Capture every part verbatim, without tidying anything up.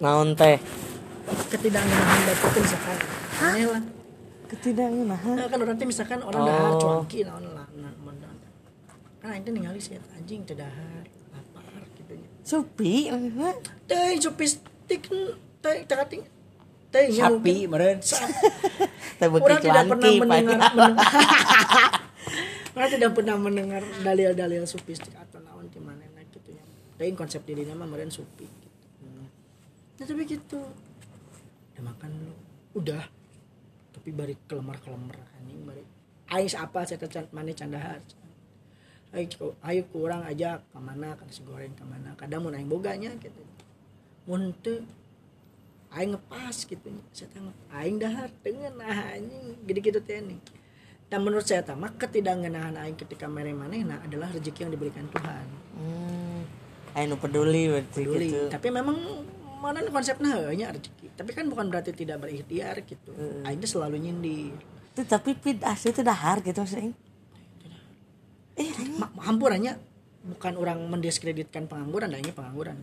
Naon teh? Ketidakngenahan batu teh misalkan. Aneh lah. Ketidakngenahan. Nah, kan orang teh misalkan orang Oh. dahar cuanki naon lah. Nah, nah, kan aing teh ningali si eta anjing teh dahar, lapar gitu nya. Supi. Heeh. Teh sopistik teh teh kating. Teh nya Sapi meureun. Teh beuki Orang tidak pernah cuanki. mendengar, Pak. mendengar orang tidak pernah mendengar dalil-dalil sufistik atau naon di mana gitu ya. Tapi konsep dirinya mah meureun sufi gitu. Nah, tapi gitu. Udah makan lu. Udah. Tapi bari kelemar-kelemar anjing bari. Aing apa saya can mane candahar. Ayo ayo kurang aja ke mana kan si goreng ke mana. Kadang mun aing boganya gitu. Mun teu aing ngepas gitu saya tanya aing dahar dengan nah anjing gitu-gitu teh nih. Dan menurut saya mah ketidakngenahan aing ketika mere manehna adalah rezeki yang diberikan Tuhan. Hmm. Aing nu peduli berarti Peduli. gitu. Tapi memang mana konsepnya hanya rezeki. Tapi kan bukan berarti tidak berikhtiar gitu. Hmm. Aing teh selalu nyindir. Itu tapi pid asli itu dahar gitu maksudnya. Eh, Ma- hampurannya bukan orang mendiskreditkan pengangguran, dah ini pengangguran.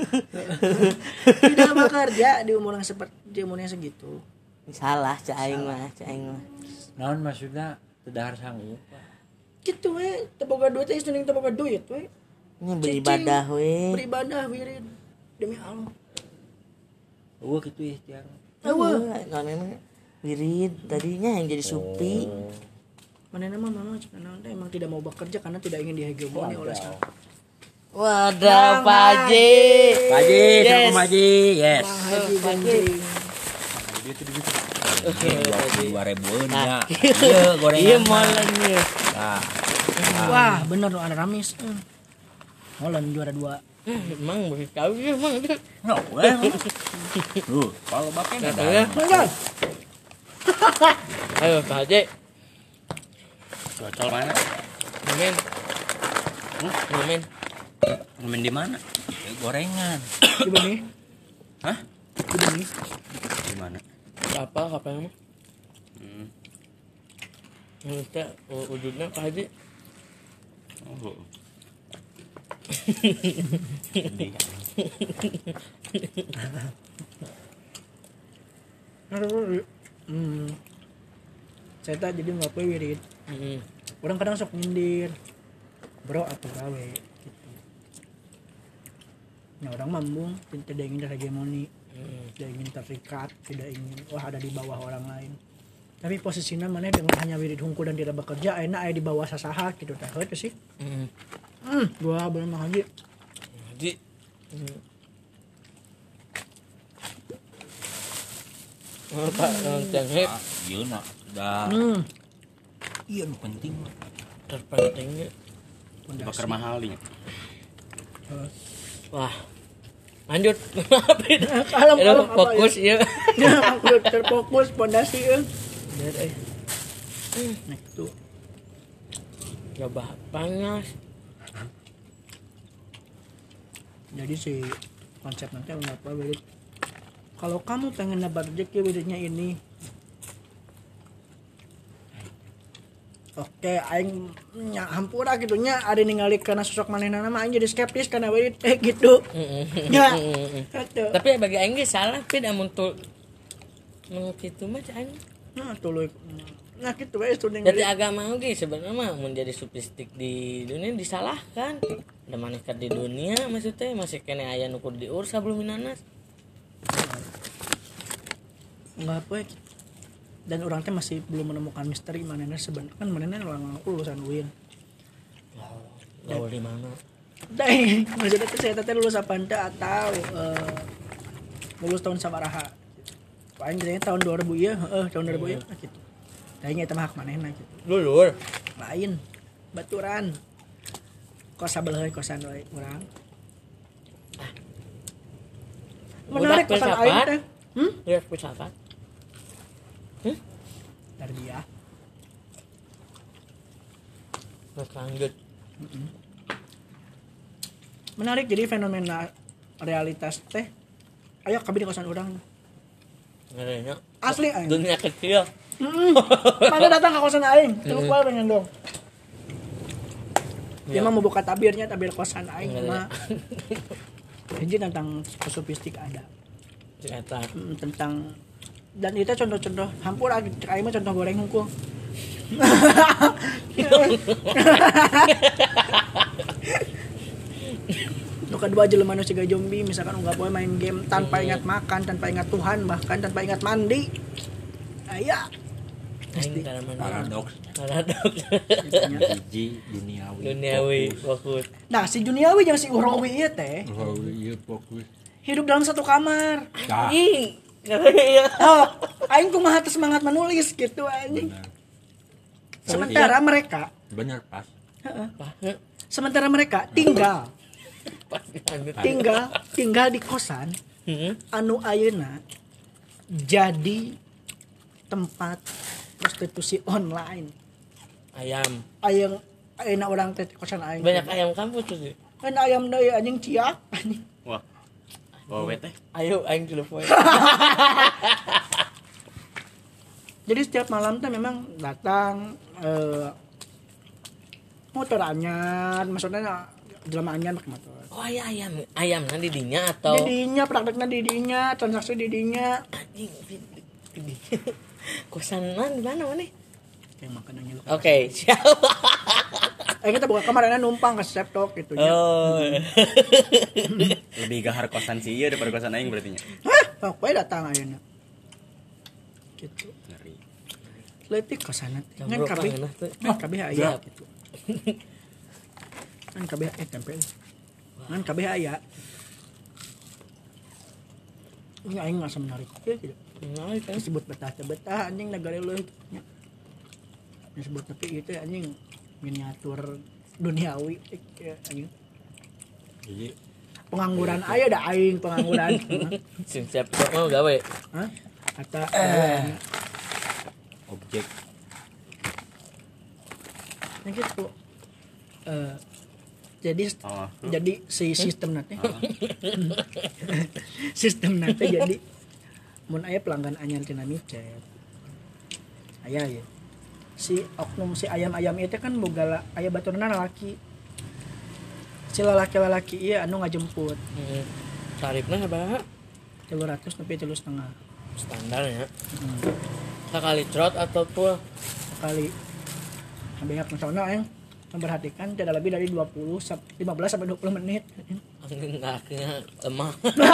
Tidak bekerja di umur yang seperti di umur yang segitu. salah cak aing mah, cak aing mah. Naon maksudna teu dahar sanggup? Gitu we, teu boga duit teh istri teu boga duit we. Nya beribadah we. Beribadah wirid demi Allah. Eueuh kitu ikhtiar. Eueuh. Nonena wirid tadinya yang jadi supi. Manehna mah memang cenah teh emang tidak mau bekerja karena tidak ingin dihegemoni oleh siapa. Wadah, Pak Haji. Pak Haji, Yes. Assalamualaikum Pak Haji. Yes. Bang Haji Ganjing. dua ribuan ya. Iya, gorengan. Iya molennya. Nah, Wah, bener tuh ada Ramis. Eh. Holland juara dua. Emang begitu kau ya emang. no, weh. Tuh, kalau baknya ada. Ya. Enggak. Ayo Pak Haji. Cocol mana? Ngamen. Ngamen. Ngamen di mana? Ya, gorengan. Di benih. Hah? Di benih. Di mana? Apa apa emang? Hmm. Yang kita wujudnya Pak Haji. Oh. Hmm. Saya tak jadi nggak boleh wirid. Heeh. Orang kadang sok nyindir. Bro atau gawe gitu. Nah, orang mambung tidak ingin hegemoni, tidak ingin terikat, tidak ingin wah ada di bawah orang lain. Tapi posisinya mana dengan hanya wirid hungkul dan tidak bekerja, enak aya di bawah sasaha gitu teh. Heuh sih. Heeh. Hmm, gua belum Mang Haji. Haji. Oh, Pak, lonceng hip Ah, iya nak. Dah. Hmm. Iya nu penting. terpenting. Bakar mahal nih. Wah. Lanjut. Kalem Aduh, kalem fokus ya. Ya, aku terfokus pondasi eh. Bener eh. Nah, itu. Coba panas. Jadi si konsep nanti apa wirid. Kalau kamu pengen dapat rezeki wiridnya ini. Oke, aing nya hampura gitu nya ada ningali karena sosok manehna mah aing jadi skeptis karena wirid eh gitu. Ya. Gitu. Tapi bagi aing ge salah pin amun tuh mun kitu mah cai. Nah, tuluy. Nah, gitu we itu Jadi agama oge sebenarnya mah mun jadi sufistik di dunia disalahkan. Da maneh ka di dunia maksudnya masih kene aya nu kudu diurus sebelum minanas. Enggak apa dan orang teh masih belum menemukan misteri manehna sebenarnya kan manehna orang lulusan U I N. Gaul di mana? Dai, maksudnya teh saya teh lulus apaan teh atau uh, lulus tahun sabaraha. Paling gedenya tahun dua ribu ya, heeh tahun dua ribu ya gitu. Tanya eta mah hak manehna gitu. Lulur. Lain baturan. Kos sabeuleun kosan we urang. Menarik Budak kosan filsafat. aing teh. Hmm? Ya filsafat. Hmm? Dari dia. Terus lanjut. Menarik jadi fenomena realitas teh. Ayo kabeh di kosan urang. Ngarenya. Asli aing. Dunia kecil. Heeh. Mana datang ke kosan aing? Teu kual pengen dong. Dia mah mau buka tabirnya, tabir kosan aing mah. Hiji tentang sofistik ada. Eta. Hmm, tentang dan itu contoh-contoh hampur lagi aing mah contoh goreng hungkul. Nu kedua jelema nu siga zombie misalkan enggak boleh main game tanpa ingat makan, tanpa ingat Tuhan, bahkan tanpa ingat mandi. Aya Aing kana mana? Paradoks. Paradoks. Hiji duniawi. Duniawi fokus. fokus. Nah, si Juniawi jeung si Urawi ieu teh Oh iya fokus. hidup dalam satu kamar. Tah. Ih, iya. Oh, aing kumaha teu semangat menulis gitu anjing. Benar. Sementara mereka, Benar pas. heeh, Pas sementara mereka tinggal pas banget. tinggal tinggal di kosan Heeh. anu ayeuna jadi tempat prostitusi online. Ayam. Ayang ayeuna urang teh kosan aing. Banyak ayam kampus tuh. Sih. Kan ayam deui anjing ciak anjing. Wah. Bawa teh. Ayo aing dulu poe. Jadi setiap malam teh memang datang eh, motor anyar, maksudnya jelema anyar pakai motor. Oh iya ayam, ayam nanti dinya atau Di dinya, prakteknya di dinya, transaksi di dinya. anjing di- di- kosan mana di mana mana? Kayak makanannya lupa. Oke, siap. Eh kita buka kamar enak numpang ke laptop gitu ya. Oh. Lebih gahar kosan si ieu daripada kosan aing berarti nya. Hah, pokoknya datang ayeuna. Gitu. Ngeri. Leutik kosanna. Ngan Jambrok kabeh. lah, enak tuh. Ngan kabeh aya Siap. gitu. Ngan kabeh eh tempel. Ngan kabeh aya. Ini aing ngasa menarik. Ya gitu. Nah, kan. Disebut betah teh betah anjing negara leuh gitu nya. Disebut tapi itu anjing miniatur duniawi eh, anjing. Jadi Pengangguran aya da aing pengangguran. Sim siap mau gawe. Hah? Kata objek nah gitu. Eh, jadi oh. jadi si sistem nanti sistem nanti jadi mun aya pelanggan anyar tina micet aya ya si oknum si ayam-ayam itu kan boga la- aya baturna lalaki si lalaki-lalaki ieu anu ngajemput Hmm. Tarifnya berapa? tiga ratus nepi tiga setengah Standar ya. hmm. Sekali trot atau full? sekali banyak misalnya yang memperhatikan tidak lebih dari dua puluh lima belas sampai dua puluh menit. Angin kakinya lemah.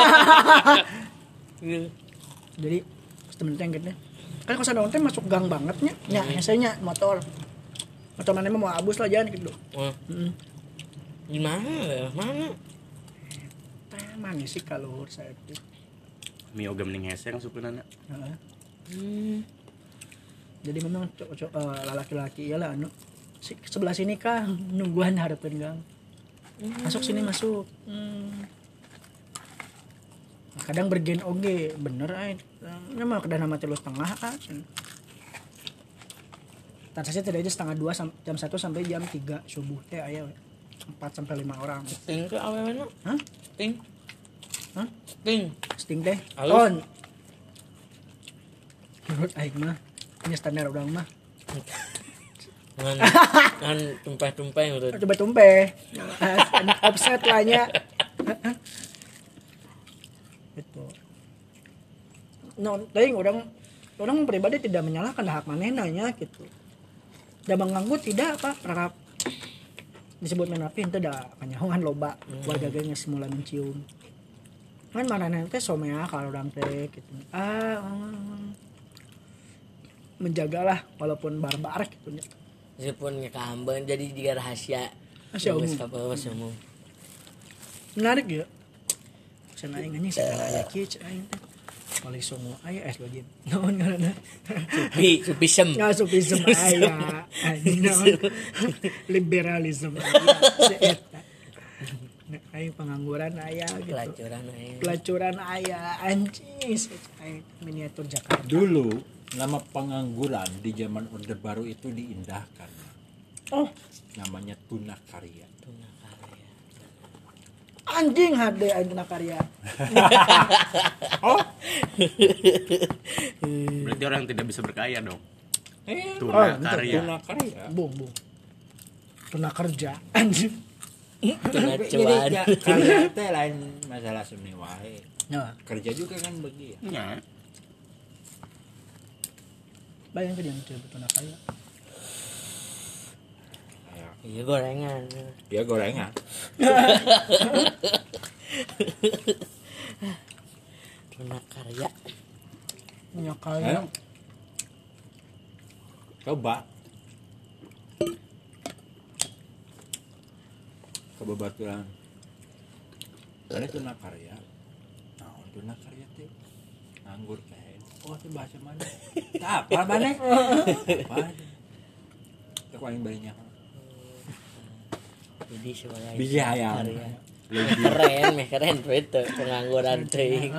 Jadi temen-temen gitu kan kosan daun teh masuk gang banget nya nya hesenya motor motor mana mah mau abus lah jangan gitu. Wah, Heeh. gimana ya? Mana? Teh manis sih kalau saya itu. Mioga mending hese kan supinana. Heeh. Hmm. Jadi memang cowok uh, laki-laki iyalah anu si, sebelah sini Kang nungguan hareupeun gang. Masuk sini masuk. Hmm. Nah, kadang bergen oge bener ay. Nya mah kedah nama tilu setengah ah. Transaksi tadi aja setengah dua sam- jam satu sampai jam tiga subuh teh aya we. empat sampai lima orang. Ting ke awe mana? Hah? Ting. Hah? Ting. Sting teh. Halus. Ton. Menurut aing mah ini standar orang mah. Ngan ngan tumpeh-tumpeh gitu. Coba tumpeh. Offset lah nya. Gitu. No, teuing orang orang pribadi tidak menyalahkan hak manehna nya gitu. Da mengganggu tidak apa perkara disebut menapi itu da panyahoan loba warga gengnya semula mencium. Kan mana nanti somea kalau orang teh gitu. Ah, mm, menjagalah walaupun barbar gitu nya. Meskipun ngekamben jadi juga rahasia. Rahasia umum. Geus ka bawah umum. Menarik ya. Cenah aing anjing segala aya kieu cenah aing teh. Paling semua aya es lagi. Naon ngaranna? Supi, supisem. Ngasupism aya. Anjing naon? Liberalisme aya. Si eta. Nah, aing pengangguran aya gitu. Pelacuran aya. Pelacuran aya anjing si aing miniatur Jakarta. Dulu nama pengangguran di zaman Orde Baru itu diindahkan. Oh, Namanya tuna karya. Tuna karya. anjing hade aing tuna karya. Oh. Berarti orang tidak bisa berkaya dong. Eh, Tuna oh, betul. karya. Tuna karya. Bung, bung. Tuna kerja anjing. tuna Jadi cuan. ya, karya teh lain masalah seni wae. Nah, Kerja juga kan begitu. Ya. bayangkan yang tidak betul kaya. Kayak Iya gorengan. dia gorengan. Tuna karya. Punya Ayo. kaya. Coba. Coba baturan. Ada tuna karya. Nah, tuna karya teh nganggur teh. Oh, itu bahasa mana? Tah, apa mana? Apa? Aku yang banyak. Jadi sebagai Biji hayam. karya. Keren, meh keren tuh itu pengangguran teuing.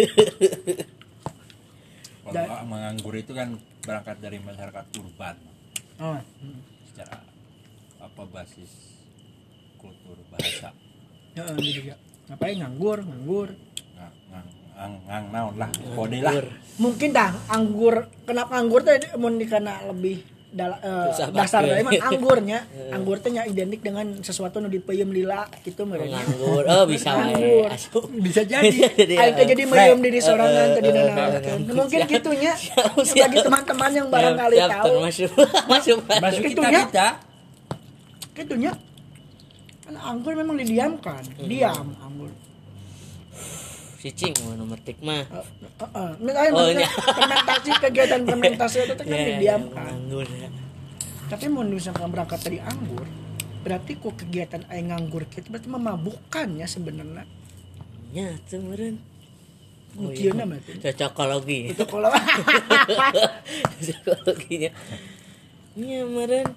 Kalau menganggur itu kan berangkat dari masyarakat urban. Oh. Secara apa basis kultur bahasa. Heeh, gitu ya. Ngapain nganggur, nganggur. Ngang ngang ngang, ngang naon lah, kode lah. Mungkin dah anggur, kenapa anggur teh mun dikana lebih dal- eh, Susah dasar pakai. emang anggurnya. Anggur teh nya identik dengan sesuatu nu dipeuyeum lila gitu merenya. Nganggur. Oh, bisa wae. Nganggur. Asup. Bisa jadi. Jadi, Aing teh eh, jadi meuyeum diri eh, sorangan eh, tadi eh, eh, nanaokeun. eh, Mungkin siap. gitunya. Siap, siap. Bagi teman-teman yang barangkali Siap, tahu. termasuk masuk Masuk Itu kita nya. kita. Gitunya. Kan anggur memang didiamkan, diam anggur. cicing mau metik mah. Heeh. Misalnya Oh, maksudnya iya. fermentasi kegiatan fermentasi itu kan Ya, didiamkan. nganggur ya. Tapi mau misalkan berangkat dari anggur, berarti kok kegiatan aing nganggur itu berarti memabukkan ya sebenarnya. Ya, tuh meureun. Oh, Mungkin iya. berarti. Cocokologi. Itu kalau Cocokologinya. Iya, meureun.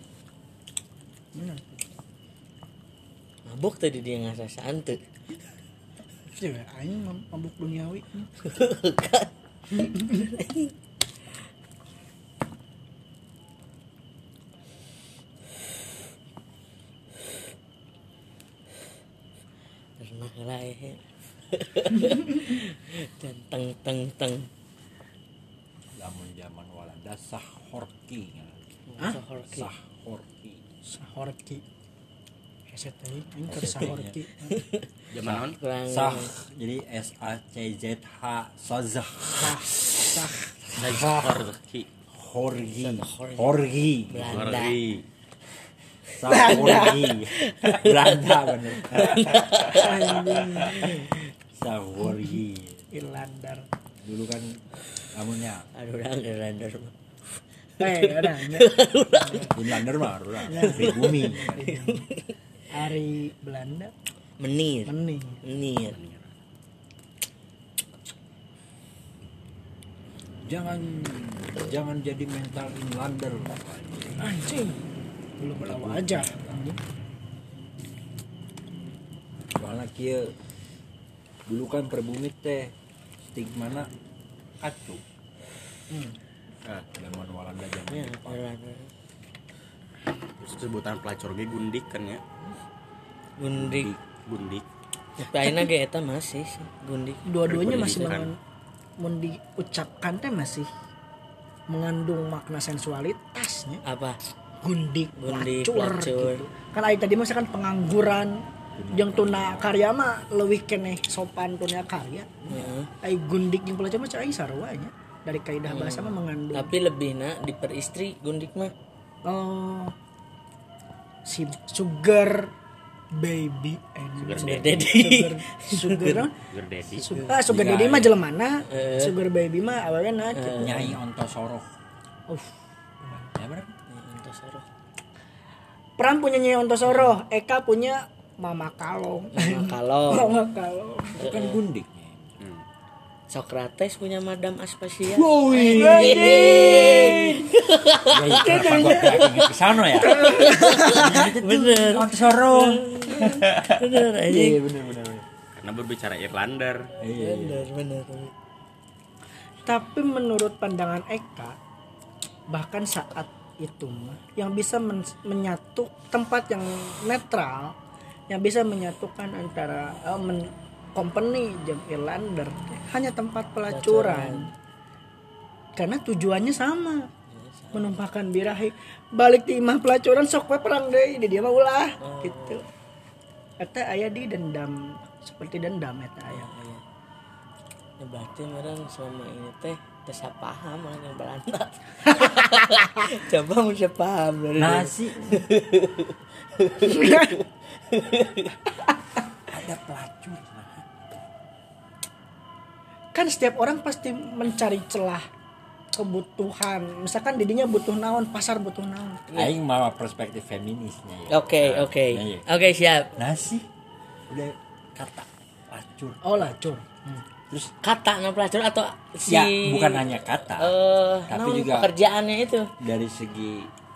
Mabuk tadi dia ngasasaan tuh. ya aing mem- mabuk duniawi. Kan. Pernah lah ya. Dan teng teng teng. Lamun zaman Walanda sahorki. Hah? Sahorki. Sahorki. Sahorki. Heset teh aing keur sahorki. Zaman naon? Kurang Sah jadi S A C Z H sazah Sah. Sahorki. horgi Horgi. horgi Belanda. sahorgi Belanda bener sahorgi Irlandar. dulu kan lamunnya Aduh, udah ngerandar. Eh, ada nya. Irlander mah urang pribumi Hari Belanda Menir. mening. Menir. jangan jangan jadi mental inlander Anjing. Belum tahu aja. soalnya kieu dulu kan pribumi teh stigmana acu Hmm. ah zaman Walanda zaman Ya, Jepang. Irlandar. Terus sebutan pelacur ge gundik kan ya. Gundik. Gundik. Tapi ayeuna ge eta masih sih, gundik. Dua-duanya masih Pendidikan. mengan, mun diucapkan teh masih mengandung makna sensualitasnya. Apa? Gundik, Gundik, pelacur, pelacur. gitu. Kan aing tadi mah kan pengangguran jeung tuna karya mah leuwih keneh sopan tuna karya. Heeh. Aing gundik jeung pelacur mah cai sarua nya. Dari kaidah bahasa mah mengandung. Tapi lebihna diperistri gundik mah. Oh. Si sugar baby and Sugar Sugar daddy. daddy. sugar sugar Sugar daddy. sugar, ah, sugar daddy mah jelemana. Eh. Sugar baby mah awalnya na. Nyai Ontosoro Uff. ya bener Ontosoro. Pram punya Nyai Ontosoro, Eka punya Mama Kalong. Mama Kalong. Mama Kalong. kan gundik Hmm. Sokrates punya Madam Aspasia. Woi. ya itu apa gua inget kesana ya Bener. Ontosoro Bener aja. iya bener bener bener. Karena berbicara Irlander. iya Bener, bener. Tapi menurut pandangan Eka, bahkan saat itu mah yang bisa men- menyatu tempat yang netral, yang bisa menyatukan antara eh, men- company jeung Irlander hanya tempat pelacuran. Karena tujuannya sama. Menumpahkan birahi balik di imah pelacuran sok we perang deui di dia mah ulah gitu. eta aya di dendam seperti dendam eta aya. Ya berarti meren selama ini teh bisa paham orang yang Belanda. Coba bisa paham dari Nasi. Ada pelacur. Kan setiap orang pasti mencari celah kebutuhan. Misalkan didinya butuh naon, pasar butuh naon. Aing mau perspektif feminisnya ya. Oke, Nah, oke. iya, iya. Oke, siap. Nasi udah kata pelacur. Oh lacur. Hmm. Terus Kata na pelacur atau si ya bukan hanya kata, eh, tapi naon juga pekerjaannya itu. dari segi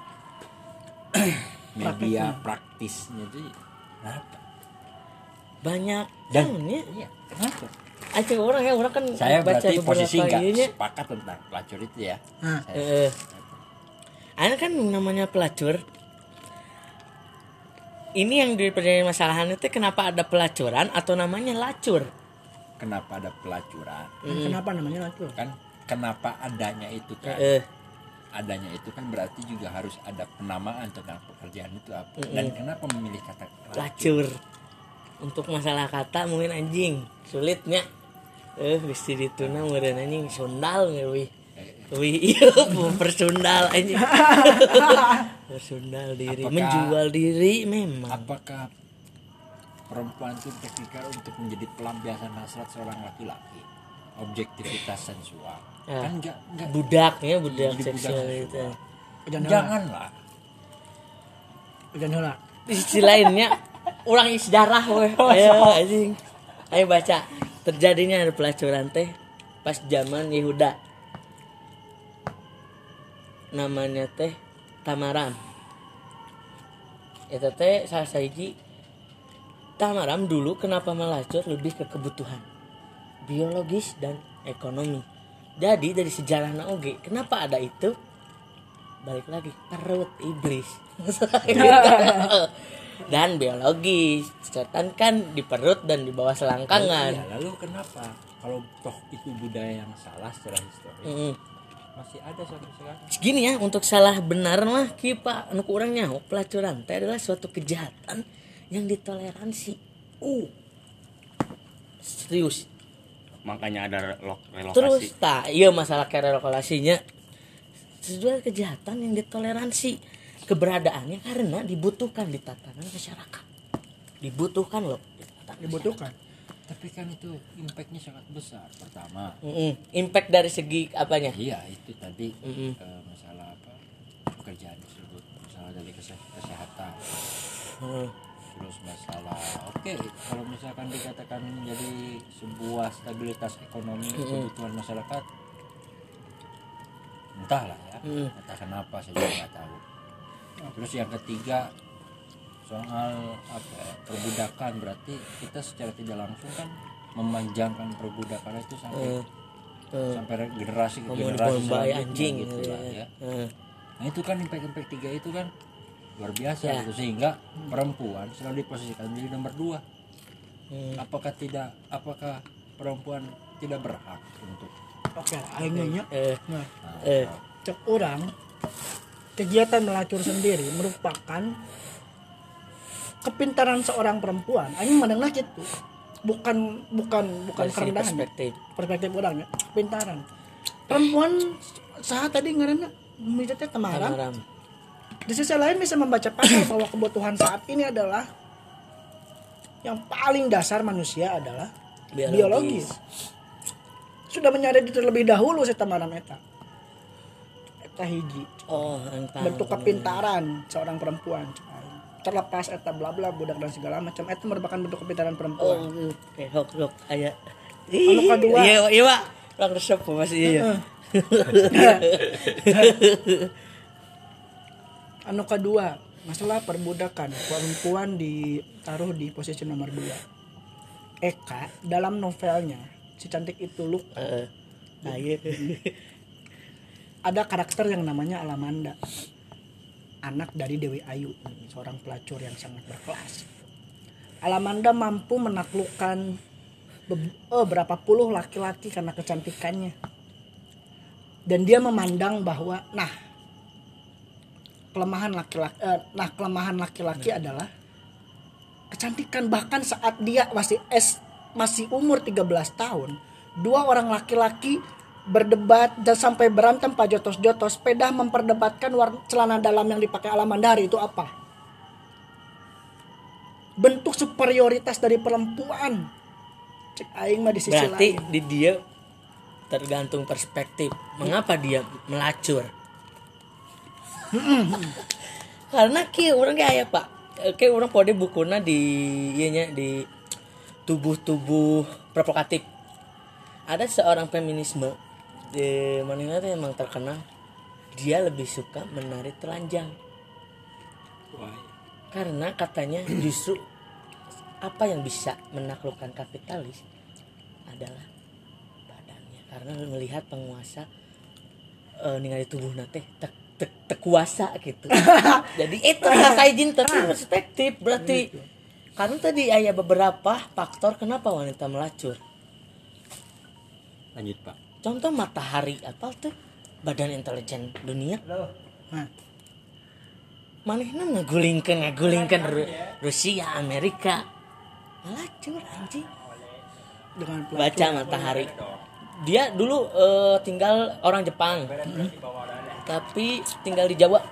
media praktisnya itu kenapa? Banyak Dan naonnya. iya, kenapa? Aceh orang ya, orang kan Saya baca berarti beberapa posisi nggak ininya. sepakat tentang pelacur itu ya. Nah. Saya- Eh, Ada kan namanya pelacur. Ini yang dipercaya masalahan itu kenapa ada pelacuran atau namanya lacur? Kenapa ada pelacuran? Kenapa namanya lacur? Kan kenapa adanya itu kan? Eh, Adanya itu kan berarti juga harus ada penamaan tentang pekerjaan itu apa. Dan kenapa memilih kata pelacur? lacur. Untuk masalah kata mungkin anjing sulitnya. Eh, gusti dituna meureun anjing sundal ngeui. Wih, iya, persundal anjing. Persundal diri, Apakah- menjual diri memang. Apakah perempuan itu teknikal untuk menjadi pelampiasan hasrat seorang laki-laki? Objektivitas sensual. Ya. Kan enggak enggak Budaknya budak Jadi budak seksual seksual. itu. Ujan heula. janganlah. Ujan heula. Di sisi lainnya orang sejarah weh. Ayo anjing. Ayo baca. Terjadinya ada pelacuran teh pas zaman Yehuda. Namanya teh Tamaram. Eta teh salah sahiji Tamaram dulu kenapa melacur lebih ke kebutuhan biologis dan ekonomi. Jadi dari sejarahna oge kenapa ada itu? Balik lagi perut iblis. Dan biologis, setan kan di perut dan di bawah selangkangan. Iya, lalu kenapa kalau toh itu budaya yang salah secara historis Mm-mm. masih ada sampai sekarang? Gini ya, untuk salah benar mah kipa anu kurang nyaho pelacuran teh adalah suatu kejahatan yang ditoleransi. Uh. Serius. Makanya ada relok- Terus relokasi. tak iya masalah relokasinya. Sesuatu kejahatan yang ditoleransi keberadaannya karena dibutuhkan di tatanan masyarakat. Dibutuhkan loh, di tatanan Dibutuhkan. Tapi kan itu impactnya sangat besar. Pertama, Mm-mm. Impact dari segi apanya? iya itu tadi Mm-mm. eh, masalah apa pekerjaan tersebut, masalah dari kese- kesehatan, Mm. terus masalah oke kalau misalkan dikatakan menjadi sebuah stabilitas ekonomi kebutuhan masyarakat, entahlah ya, Mm. entah kenapa saya juga nggak tahu. Terus yang ketiga soal apa ya, perbudakan, berarti kita secara tidak langsung kan memanjangkan perbudakan itu sampai Mm. sampai generasi ke Ngomong generasi bombay selanjutnya anjing gitu lah ya. Mm. Nah itu kan impact-impact tiga itu kan luar biasa Ya. gitu, sehingga perempuan selalu diposisikan menjadi nomor dua. Mm. Apakah tidak apakah perempuan tidak berhak untuk Oke, aing nya. Eh, Nah, eh. cek orang kegiatan melacur sendiri merupakan kepintaran seorang perempuan. Aing mandangna gitu. Bukan bukan bukan Dari segi kerendahan. perspektif. Perspektif orang ya, kepintaran. Perempuan saat tadi ngaranna mimiti teh Tamaram. Tamaram. Di sisi lain bisa membaca pasal bahwa kebutuhan saat ini adalah yang paling dasar manusia adalah Biologis. biologis. Sudah menyadari terlebih dahulu si Tamaram eta. Eta hiji. Oh, entah. Bentuk kepintaran seorang perempuan. Terlepas eta bla bla budak dan segala macam, itu merupakan bentuk kepintaran Oh, perempuan. oke, hok hok aya. Anu kedua. Iya, iya, Pak. Orang resep masih iya. Anu kedua, masalah perbudakan. Perempuan ditaruh di posisi nomor dua. Eka dalam novelnya si cantik itu lupa. Heeh. Nah, iya. Ada karakter yang namanya Alamanda, anak dari Dewi Ayu, seorang pelacur yang sangat berkelas. Alamanda mampu menaklukkan be- oh, berapa puluh laki-laki karena kecantikannya, dan dia memandang bahwa nah kelemahan laki-laki eh, nah kelemahan laki-laki adalah kecantikan. Bahkan saat dia masih S masih umur tiga belas tahun, dua orang laki-laki berdebat dan sampai berantem pak jotos-jotos. Sepeda memperdebatkan warna celana dalam yang dipakai Alamandari itu apa. Bentuk superioritas dari perempuan. Cek aing mah di sisi Berarti lain. di dia tergantung perspektif. Mengapa dia melacur? Karena ki orang kayak pak, kayak orang pode bukuna di ianya di tubuh-tubuh provokatif. Ada seorang feminisme di mana itu emang terkenal, dia lebih suka menari telanjang. Wah, Karena katanya justru apa yang bisa menaklukkan kapitalis adalah badannya. Karena melihat penguasa e, ningali tubuh nate tek tek tek kuasa gitu. Jadi itu kakak izin tapi perspektif berarti. Karena tadi ada beberapa faktor kenapa wanita melacur. lanjut Pak. Contoh matahari apa tuh badan intelijen dunia. Nah, Manehna ngagulingkeun ngagulingkeun Ru- Rusia Amerika. Melacur anjing. dengan pelaku. Baca matahari. Dia dulu eh, tinggal orang Jepang. Tapi tinggal di Jawa.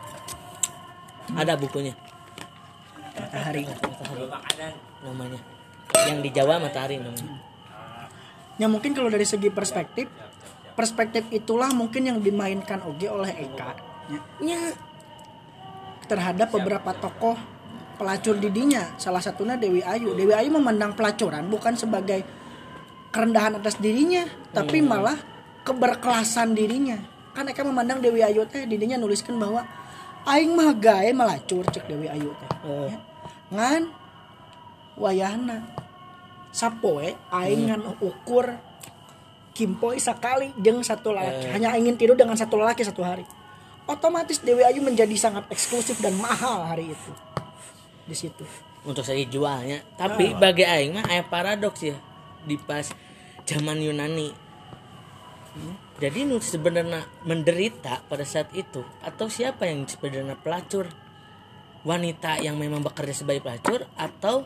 Ada bukunya. Matahari. Matahari namanya. Yang di Jawa matahari namanya. Ya mungkin kalau dari segi perspektif, perspektif itulah mungkin yang dimainkan oge oleh Eka ya, Nya terhadap beberapa tokoh pelacur didinya. Salah satunya Dewi Ayu. Dewi Ayu memandang pelacuran bukan sebagai kerendahan atas dirinya, tapi malah keberkelasan dirinya. Kan Eka memandang Dewi Ayu teh didinya nuliskan bahwa aing mah gawe melacur cek Dewi Ayu teh. Oh. Ya. Ngan wayahna sapoe aing ngan ukur kimpoi sakali jeung satu laki. Hanya ingin tidur dengan satu laki satu hari. Otomatis Dewi Ayu menjadi sangat eksklusif dan mahal hari itu. Di situ. untuk segi jualnya. Tapi bagi aing mah aya paradoks ya di pas zaman Yunani. Jadi nu sebenarnya menderita pada saat itu atau siapa yang sebenarnya pelacur? Wanita yang memang bekerja sebagai pelacur atau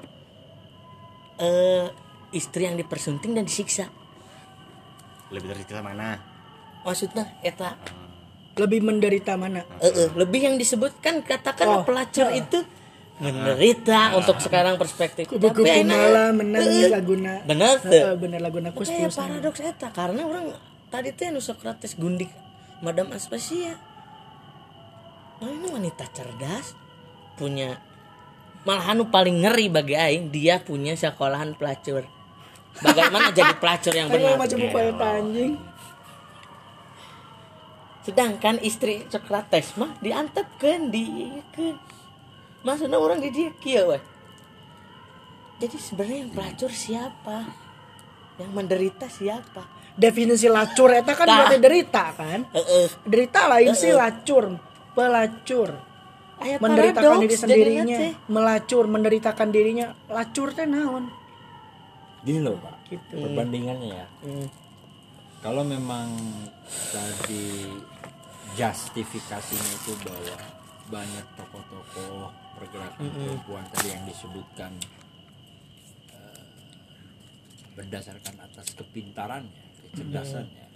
eh, istri yang dipersunting dan disiksa? Lebih dari kita mana? Maksudnya eta Lebih menderita mana? eh, eh, lebih yang disebutkan katakan Oh, pelacur ya. itu menderita untuk sekarang perspektif. Kubu-kubu enak, malah menangis eh, laguna. bener tuh. Heeh, bener laguna kus Kayak plus. paradoks eta karena orang tadi teh nu Socrates gundik Madam Aspasia. Nah, ini wanita cerdas, punya malahan nu paling ngeri bagi aing dia punya sekolahan pelacur. Bagaimana jadi pelacur yang Ayo benar? macam buku eta anjing. Sedangkan istri Socrates mah diantepkeun diikeun. Maksudnya orang di dia kieu we. Jadi sebenarnya yang pelacur siapa? Yang menderita siapa? Definisi lacur eta kan Tah. berarti derita kan? Heeh. Derita lain sih Heeh. lacur, pelacur. Aya Menderitakan paradoks diri jadinya sendirinya, teh. melacur, menderitakan dirinya. Lacur teh naon? Gini loh Pak, Gitu. perbandingannya ya. Hmm. Kalau memang tadi justifikasinya itu bahwa banyak tokoh-tokoh pergerakan perempuan tadi yang disebutkan eh, berdasarkan atas kepintarannya, kecerdasannya.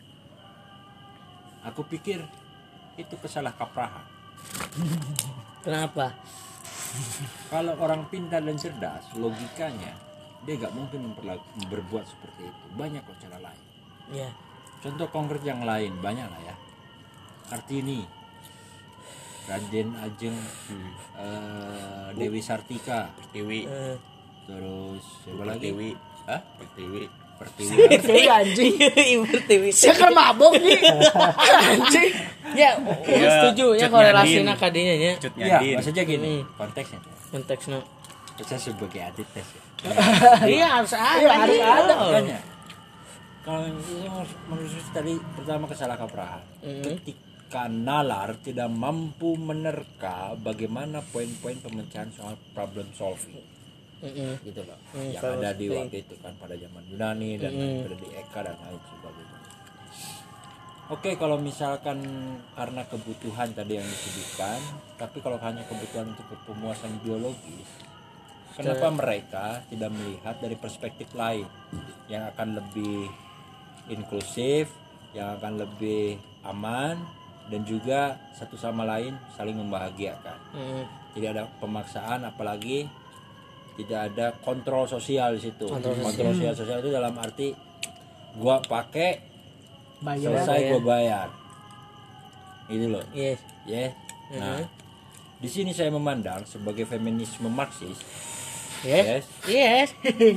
Aku pikir itu kesalahkaprahan. Kenapa? Kalau orang pintar dan cerdas, logikanya dia gak mungkin memperla- berbuat seperti itu. Banyak kok cara lain. Ya. Contoh konkret yang lain banyak lah ya. Kartini, Raden Ajeng, eh, Dewi Sartika, Pertiwi, Eh, terus siapa lagi? Pertiwi, Hah? Pertiwi. Pertiwi. Pertiwi anjing. Ibu Pertiwi. Saya kan mabok nih. Anjing. Ya, Iya, setuju ya Cut korelasinya Nyadin. kadinya nya. Cut Ya, Nyadin. maksudnya gini, Hmm. konteksnya. Konteksnya. Saya sebagai atlet tes ya. Iya harus ada. Iya, harus iya. ada. Makanya, kalau yang menurut saya tadi pertama kesalahkaprahan. Hmm. Ketika nalar tidak mampu menerka bagaimana poin-poin pemecahan soal problem solving. Mm-mm. Gitu loh, Hmm, yang problem ada di solving. waktu itu kan pada zaman Yunani dan Hmm. yang ada di Eka dan lain sebagainya. Oke, kalau misalkan karena kebutuhan tadi yang disebutkan, tapi kalau hanya kebutuhan untuk pemuasan biologis, Kenapa mereka tidak melihat dari perspektif lain yang akan lebih inklusif, yang akan lebih aman, dan juga satu sama lain saling membahagiakan. Mm. Tidak ada pemaksaan, apalagi tidak ada kontrol sosial di situ. Kontrol Kontrol sosial, sosial itu dalam arti gua pakai, Bayar. selesai bayar. gua bayar. Itu loh. Yes. Ya. Nah, Mhm. di sini saya memandang sebagai feminisme Marxis. Yes. Yes.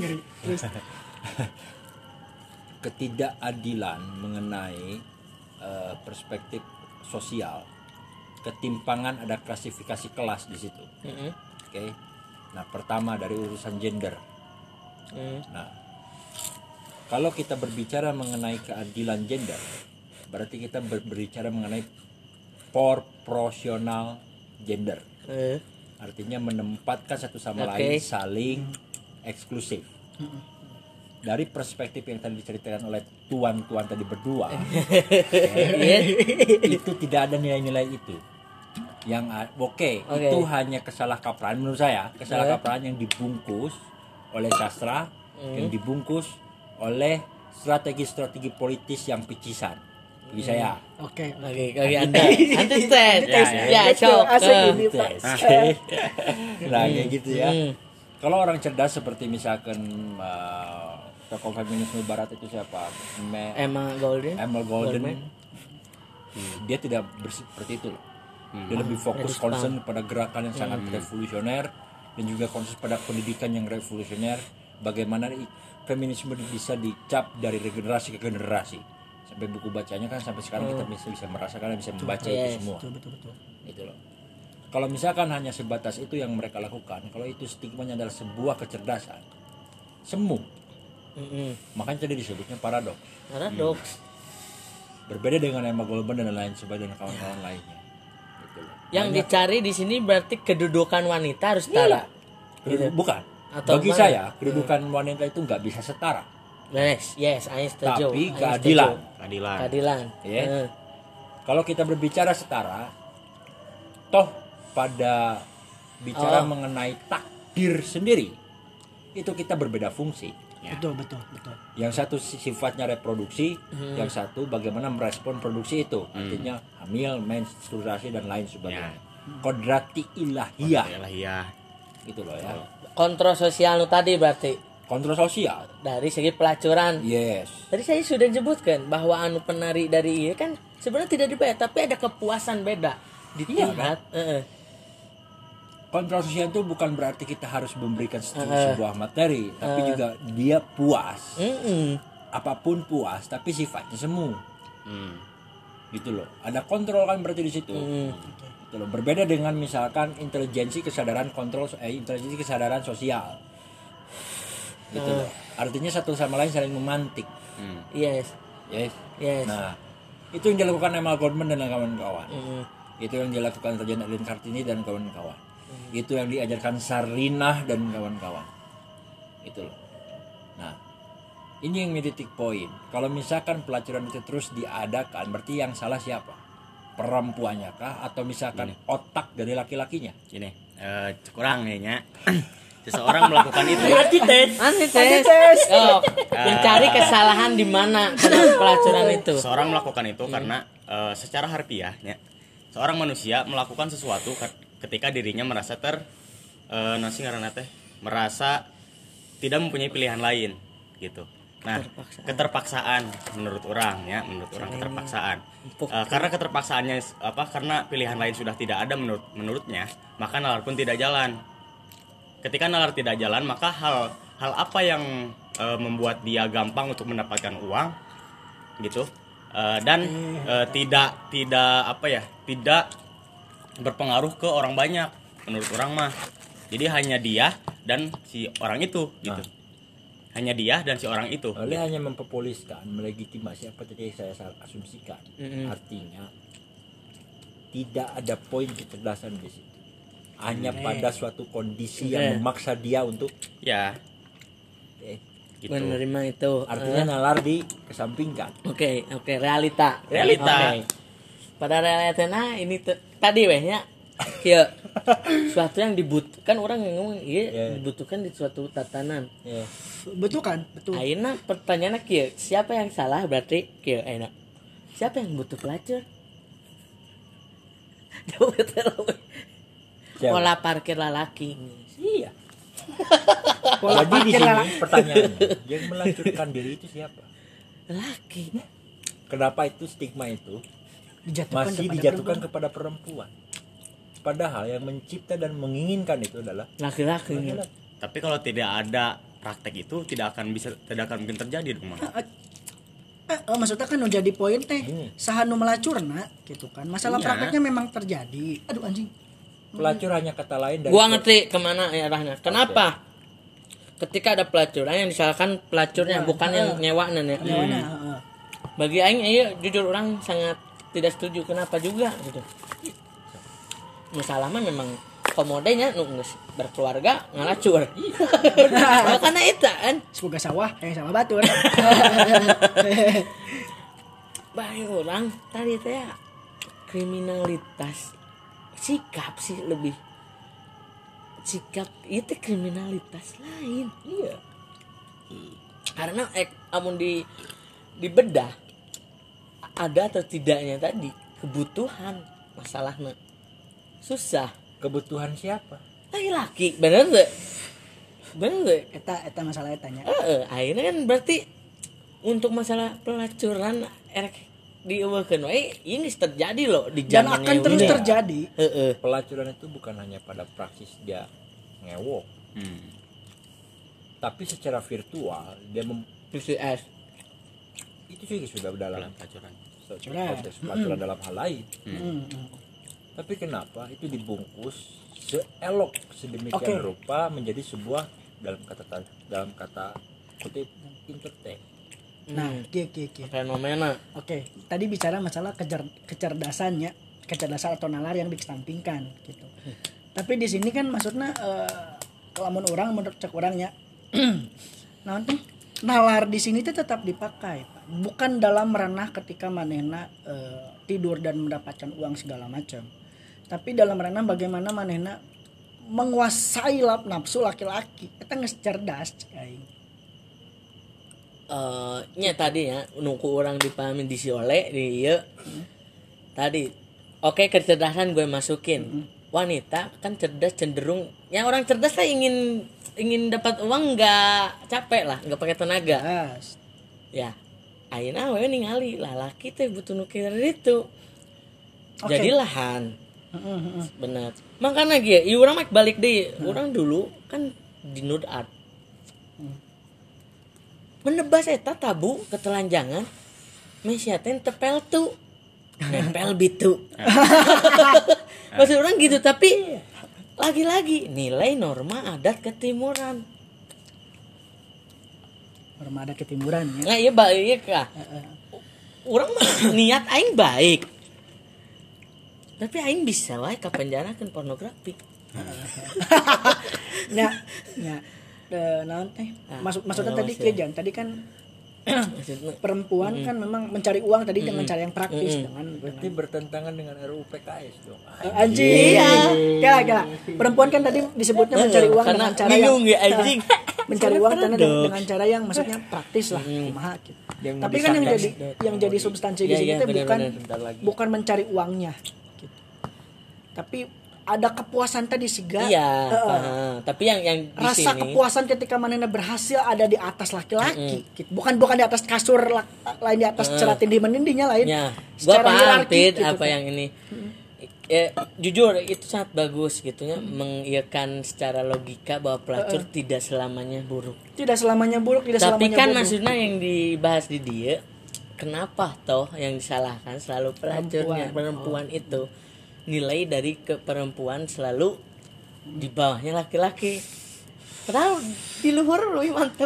Ketidakadilan mengenai uh, perspektif sosial, ketimpangan, ada klasifikasi kelas di situ. Mm-mm. Oke. Nah, pertama dari urusan gender. Mm. Nah, kalau kita berbicara mengenai keadilan gender, berarti kita ber- berbicara mengenai proporsional gender. Eh. Artinya menempatkan satu sama Oke. lain saling eksklusif. Dari perspektif yang tadi diceritakan oleh tuan-tuan tadi berdua, Yes. itu tidak ada nilai-nilai itu. Yang a- oke, Oke. itu hanya kesalahkaprahan menurut saya, kesalahkaprahan yang dibungkus oleh sastra, yang dibungkus oleh strategi-strategi politis yang picisan. Bagi saya. Oke. Oke, oke Anda. Antites. Ya, Ya, Betul, cok. asik Eh. ini, Pak. Oke. Nah, kayak gitu ya. Hmm. Kalau orang cerdas seperti misalkan uh, tokoh feminisme barat itu siapa? Me- Emma Golden. Emma Golden. Goldman. Hmm, dia tidak bersih seperti itu loh. Dia lebih fokus Garis concern pada gerakan yang sangat revolusioner dan juga concern pada pendidikan yang revolusioner. Bagaimana i- feminisme bisa dicap dari generasi ke generasi. Sampai buku bacanya kan sampai sekarang kita bisa bisa merasakan dan bisa membaca itu Yes. semua. Betul, betul, betul. Itu loh. Kalau misalkan hanya sebatas itu yang mereka lakukan, kalau itu stigmanya adalah sebuah kecerdasan, semu, Mm-mm. makanya tadi disebutnya paradoks. Paradoks. Berbeda dengan Emma Goldman dan lain sebagainya dan kawan-kawan lainnya. Gitu loh. Yang Banyak- dicari di sini berarti kedudukan wanita harus setara. kedu- bukan. Atau Bagi mana? saya kedudukan wanita itu nggak bisa setara, Yes, yes, I setuju. tapi I keadilan. setuju. Keadilan. Keadilan. Ya. Eh. Kalau kita berbicara setara, toh pada bicara Oh. mengenai takdir sendiri, itu kita berbeda fungsi. Ya. Betul, betul, betul. Yang satu si- sifatnya reproduksi, Hmm. yang satu bagaimana merespon produksi itu, artinya hamil, menstruasi dan lain sebagainya. Kodrati ilahiyah, Yalah, iya. gitu loh ya. Kontrol sosial nu tadi berarti Kontrol sosial, dari segi pelacuran. yes. Tadi saya sudah sebutkan bahwa anu penari dari iya kan sebenarnya tidak dibayar tapi ada kepuasan beda di Iya, tingkat. Eh, eh. Kontrol sosial itu bukan berarti kita harus memberikan se- Uh-uh. sebuah materi, tapi juga dia puas. Mm-mm. Apapun puas, tapi sifatnya semu, Hmm. gitu loh. Ada kontrol kan berarti di situ. Mm. Gitu loh. Berbeda dengan misalkan intelijensi kesadaran kontrol eh intelijensi kesadaran sosial. Gitu loh. Artinya satu sama lain saling memantik. Hmm. Yes, Yes. yes. Nah, itu yang dilakukan Emma Goldman dan kawan-kawan. Mm. Itu yang dilakukan Rajan Alin Kartini dan kawan-kawan. Itu yang diajarkan Sarinah dan kawan-kawan. Itu loh. Nah, ini yang menjadi titik poin. Kalau misalkan pelacuran itu terus diadakan, berarti yang salah siapa? Perempuannya kah? Atau misalkan otak dari laki-lakinya? Gini, eh, kurang kayaknya. Seseorang melakukan itu. Antites. Antites. Oh, mencari kesalahan di mana pada pelacuran itu. Seseorang melakukan itu karena eh, secara harfiah, ya, seorang manusia melakukan sesuatu ke- ketika dirinya merasa ter eh, nasi ngaranna teh merasa tidak mempunyai pilihan lain, gitu. Nah, Keterpaksaan. keterpaksaan menurut orang, ya, menurut orang keterpaksaan. Empuk. Eh, karena keterpaksaannya apa? Karena pilihan lain sudah tidak ada menurut menurutnya, maka nalar pun tidak jalan. Ketika nalar tidak jalan, maka hal hal apa yang eh, membuat dia gampang untuk mendapatkan uang, gitu, eh, dan eh, tidak tidak apa ya, tidak berpengaruh ke orang banyak menurut orang mah. Jadi hanya dia dan si orang itu, gitu. Hanya dia dan si orang itu. Oleh hanya mempopuliskan, melegitimasi apa tadi yang saya salah asumsikan. Mm-mm. Artinya tidak ada poin kecerdasan di situ. Hanya pada suatu kondisi Oke. yang memaksa dia untuk Ya, eh, gitu. Menerima itu. artinya nalar dikesampingkan. Oke, oke, realita. Realita. Oke. Pada realitanya ini tuh, tadi weh nya ya suatu yang dibutuhkan orang yang ngomong iya Yeah. dibutuhkan di suatu tatanan. Ya. Betul kan? Betul. Ayeuna pertanyaannya kieu, siapa yang salah berarti kieu ayeuna. Siapa yang butuh pelacur? Jauh betul. Siapa? Pola parkir lalaki. Iya. Pola Jadi di parkir sini lala- pertanyaannya, yang melacurkan diri itu siapa? Laki. Kenapa itu stigma itu dijatuhkan masih kepada dijatuhkan perempuan. kepada perempuan? Padahal yang mencipta dan menginginkan itu adalah Laki-laki. laki-laki. Tapi kalau tidak ada praktek itu tidak akan bisa tidak akan mungkin terjadi dong, Mang. Eh, eh, eh, maksudnya kan nu jadi poin teh Gini. saha nu melacurna gitu kan. Masalah Iya. prakteknya memang terjadi. Aduh anjing. Pelacur hanya kata lain dari Gua ngerti kemana ya arahnya. Kenapa? Ketika ada pelacuran yang disalahkan pelacurnya Ya, bukan ya. yang nyewa ya. Gimana? Heeh. Bagi aing iya jujur orang sangat tidak setuju. Kenapa juga gitu. Masalah mah memang komodenya nu geus berkeluarga ngalacur. Oh, karena itu kan Semoga sawah, eh sawah batur. baik orang tadi teh ya, kriminalitas sikap sih lebih sikap itu kriminalitas lain. Iya. Karena ek amun di dibedah ada atau tidaknya tadi kebutuhan masalahnya susah Kebutuhan siapa? laki-laki bener tuh bener tuh Eta eta masalah etanya. eh akhirnya kan berarti untuk masalah pelacuran erek dieuwekeun we ini terjadi loh di Dan zamannya akan terus ini. terjadi. Heeh. Pelacuran itu bukan hanya pada praksis dia ngewok, Hmm. tapi secara virtual dia mem- P C S. itu juga sudah dalam Dalam pelacuran. proses pelacuran dalam hal lain. Hmm, hmm. Tapi kenapa itu dibungkus seelok sedemikian Oke. rupa menjadi sebuah dalam kata dalam kata kutip entertain. Nah, kieu kieu kieu. Fenomena. Oke, tadi bicara masalah kecer kecerdasannya, kecerdasan atau nalar yang dikesampingkan gitu. Tapi di sini kan maksudnya eh, lamun orang menurut cek orangnya, nah teh nalar di sini tuh tetap dipakai, Pak. Bukan dalam ranah ketika manehna eh, tidur dan mendapatkan uang segala macam. Tapi dalam ranah bagaimana manehna menguasai lap nafsu laki-laki. Eta geus cerdas cek aing. Eh nya tadi ya nunggu orang dipahami di si oleh di ieu. Tadi oke kecerdasan gue masukin. Wanita kan cerdas cenderung yang orang cerdas lah ingin ingin dapat uang nggak capek lah nggak pakai tenaga Gas. ya ayeuna we ningali lalaki teh butuh nu kieu itu Oke. jadi lahan Heeh, heeh. benar makanya ge ieu urang mah balik deui urang dulu kan di nude art menebas eta tabu ketelanjangan mesya teh tepel tuh nempel bitu maksud orang gitu tapi lagi-lagi nilai norma adat ketimuran Norma ada ketimuran ya. nah iya baik kah Heeh. orang mah niat aing baik tapi aing bisa wae ka penjara kan pornografi Nya, nya, eh, naon teh? Maksud maksudnya Ah, tadi maksudnya. kieu Jan, tadi kan maksudnya perempuan kan memang mencari uang tadi dengan cara yang praktis dengan Berarti bertentangan dengan R U U P K S dong. Eh, anjing. Iya. Kala kala. Perempuan kan tadi disebutnya mencari uang karena dengan cara yang bingung ya anjing mencari uang karena dengan, Paradoks. dengan cara yang maksudnya praktis lah, kumaha gitu. Yang mau Tapi kan yang disangka jadi sudah- yang jadi substansi di Iya, sini iya, teh bukan benar-benar. Bentar lagi. bukan mencari uangnya gitu. Tapi ada kepuasan tadi siga. iya Heeh. paham. Tapi yang yang di Rasa sini kepuasan ketika manena berhasil ada di atas laki-laki gitu. bukan bukan di atas kasur la- lain di atas ceratin di menindinya lain ya gua secara paham hierarki Pit gitu apa kan. yang ini ya, jujur itu sangat bagus gitu ya mengiyakan secara logika bahwa pelacur tidak selamanya buruk tidak selamanya buruk tidak tapi selamanya kan bodoh. maksudnya yang dibahas di dia kenapa toh yang disalahkan selalu pelacurnya Perempuan. perempuan itu nilai dari ke perempuan selalu di bawahnya laki-laki padahal di luhur lebih mantep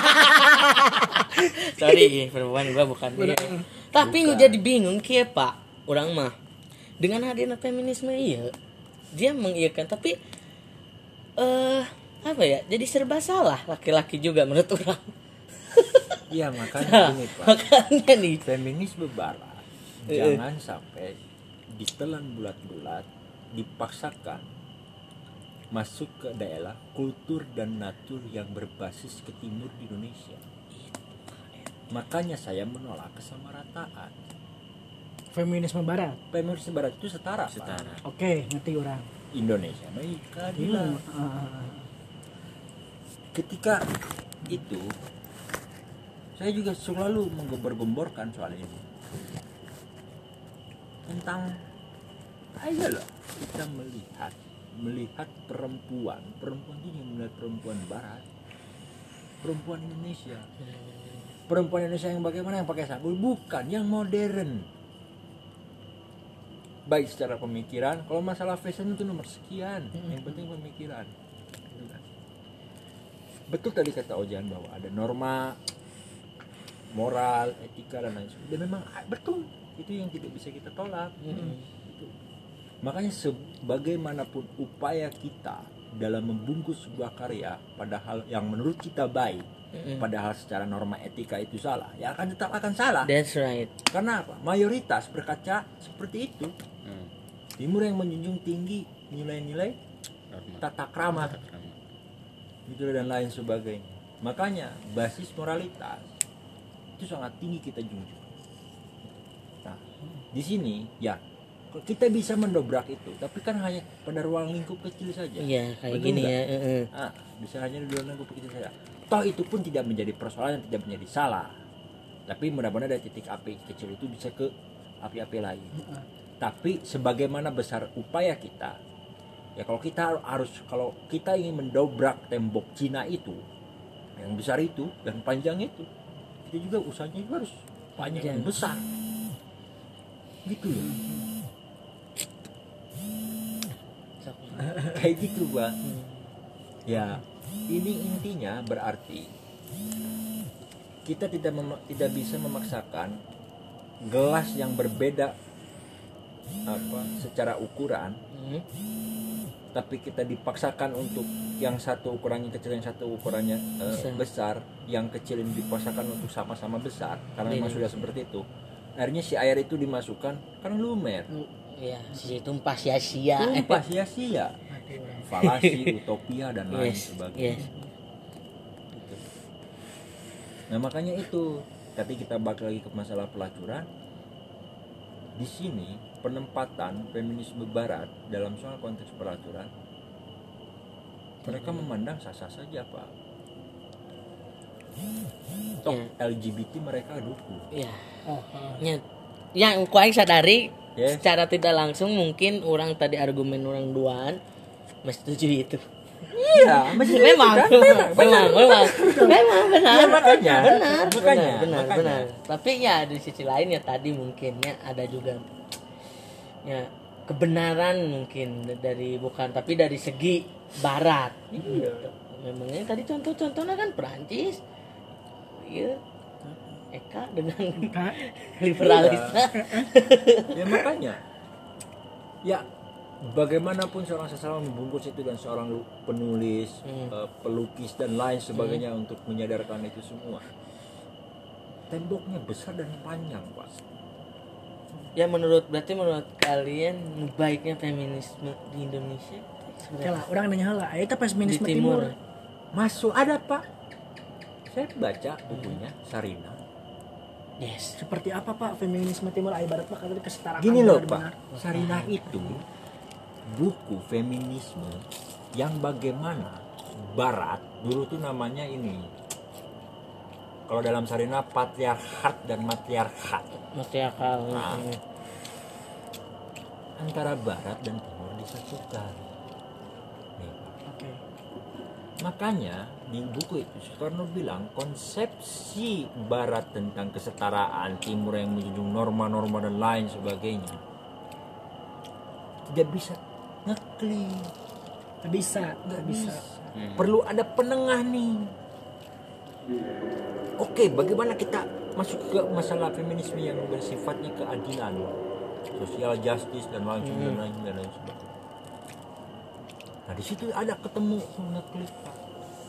sorry perempuan gua bukan dia tapi nu jadi bingung kia pak orang mah dengan hadirnya feminisme iya dia mengiyakan tapi eh apa ya jadi serba salah laki-laki juga menurut orang Iya makanya gini Pak. makanya nih Feminisme barat Eh. jangan sampai ditelan bulat-bulat dipaksakan masuk ke daerah kultur dan natur yang berbasis ke timur di Indonesia. Makanya saya menolak kesamarataan. Feminisme barat. Feminisme barat itu setara, Pak. Setara. Oke, ngerti orang. Indonesia baik keadilan. Hmm, ah, Ketika itu saya juga selalu menggembor-gemborkan soal ini tentang ayolah kita melihat melihat perempuan perempuan ini yang melihat perempuan barat, perempuan Indonesia, perempuan Indonesia yang bagaimana, yang pakai sabun, bukan yang modern, baik secara pemikiran. Kalau masalah fashion itu nomor sekian, yang penting pemikiran. Betul tadi kata Ojan bahwa ada norma moral, etika dan lain sebagainya. Dan memang betul, itu yang tidak bisa kita tolak. Mm-hmm. Itu. Makanya sebagaimanapun upaya kita dalam membungkus sebuah karya padahal yang menurut kita baik, Mm-hmm. padahal secara norma etika itu salah, ya akan tetap akan salah. That's right. Karena apa? Mayoritas berkaca seperti itu. Hmm. Timur yang menjunjung tinggi nilai-nilai Norma. tata krama, Tata krama. gitu dan lain sebagainya. Makanya basis moralitas itu sangat tinggi kita junjung. Nah, di sini ya kita bisa mendobrak itu, tapi kan hanya pada ruang lingkup kecil saja. Iya, kayak Betul gini nggak? ya. heeh. Ah, bisa hanya di ruang lingkup kecil saja. Toh itu pun tidak menjadi persoalan, tidak menjadi salah. Tapi mudah-mudahan dari titik api kecil itu bisa ke api-api lain. Tapi sebagaimana besar upaya kita, ya kalau kita harus kalau kita ingin mendobrak tembok Cina itu yang besar itu dan panjang itu, kita juga usahanya juga harus panjang dan besar gitu ya. Kayak gitu Pak. Ya ini intinya berarti kita tidak mem- tidak bisa memaksakan gelas yang berbeda apa secara ukuran, Hmm. tapi kita dipaksakan untuk yang satu ukurannya kecil, yang satu ukurannya eh, Besar. besar, yang kecil ini dipaksakan untuk sama-sama besar karena memang Iya. sudah seperti itu. Akhirnya si air itu dimasukkan kan lumer, Ya, si tumpah sia-sia. tumpah sia-sia, falasi, utopia dan lain Yes, sebagainya. yes. Gitu. Nah makanya itu tadi kita balik lagi ke masalah pelacuran. Di sini penempatan feminisme barat dalam soal konteks pelacuran, mereka memandang sah-sah saja Pak. Toh Ya. L G B T mereka dukung. Ya. Oh, ah. Ya. Yang kuaing sadari Yes. secara tidak langsung mungkin orang tadi argumen orang duaan setuju itu. Iya, memang, memang, memang, memang, memang benar. Ya, makanya, benar, makanya, benar, benar, makanya. benar. Tapi ya di sisi lain ya tadi mungkinnya ada juga ya kebenaran mungkin dari bukan tapi dari segi barat. Iya. Memangnya tadi contoh-contohnya kan Perancis, iya, Eka dengan Kak, liberalisme. Ya makanya, ya bagaimanapun seorang sastrawan membungkus itu dan seorang lu- penulis, Hmm. eh, pelukis dan lain sebagainya untuk menyadarkan itu semua, temboknya besar dan panjang Pak. Ya menurut berarti menurut kalian baiknya feminisme di Indonesia oke lah, orang nanya lah, itu feminisme di timur. timur. Masuk ada Pak. Saya baca bukunya Sarina. Yes. Seperti apa Pak feminisme timur? Ayo barat Pak, katanya kesetaraan. Gini loh benar-benar. Pak, Sarina itu buku feminisme yang bagaimana Barat dulu tuh namanya ini. Kalau dalam Sarina patriarkat dan matriarkat, Masih akal. Nah. antara Barat dan Timur disatukan. Nih, Pak. Oke. Makanya di buku itu Soekarno bilang konsepsi Barat tentang kesetaraan, Timur yang menjunjung norma-norma dan lain sebagainya tidak bisa ngeklik, Nggak bisa, nggak bisa. Hmm. perlu ada penengah nih. Oke, bagaimana kita masuk ke masalah feminisme yang bersifatnya keadilan, social justice dan lain Hmm. dan lain dan lain sebagainya. Nah di situ ada ketemu ngeklik Pak.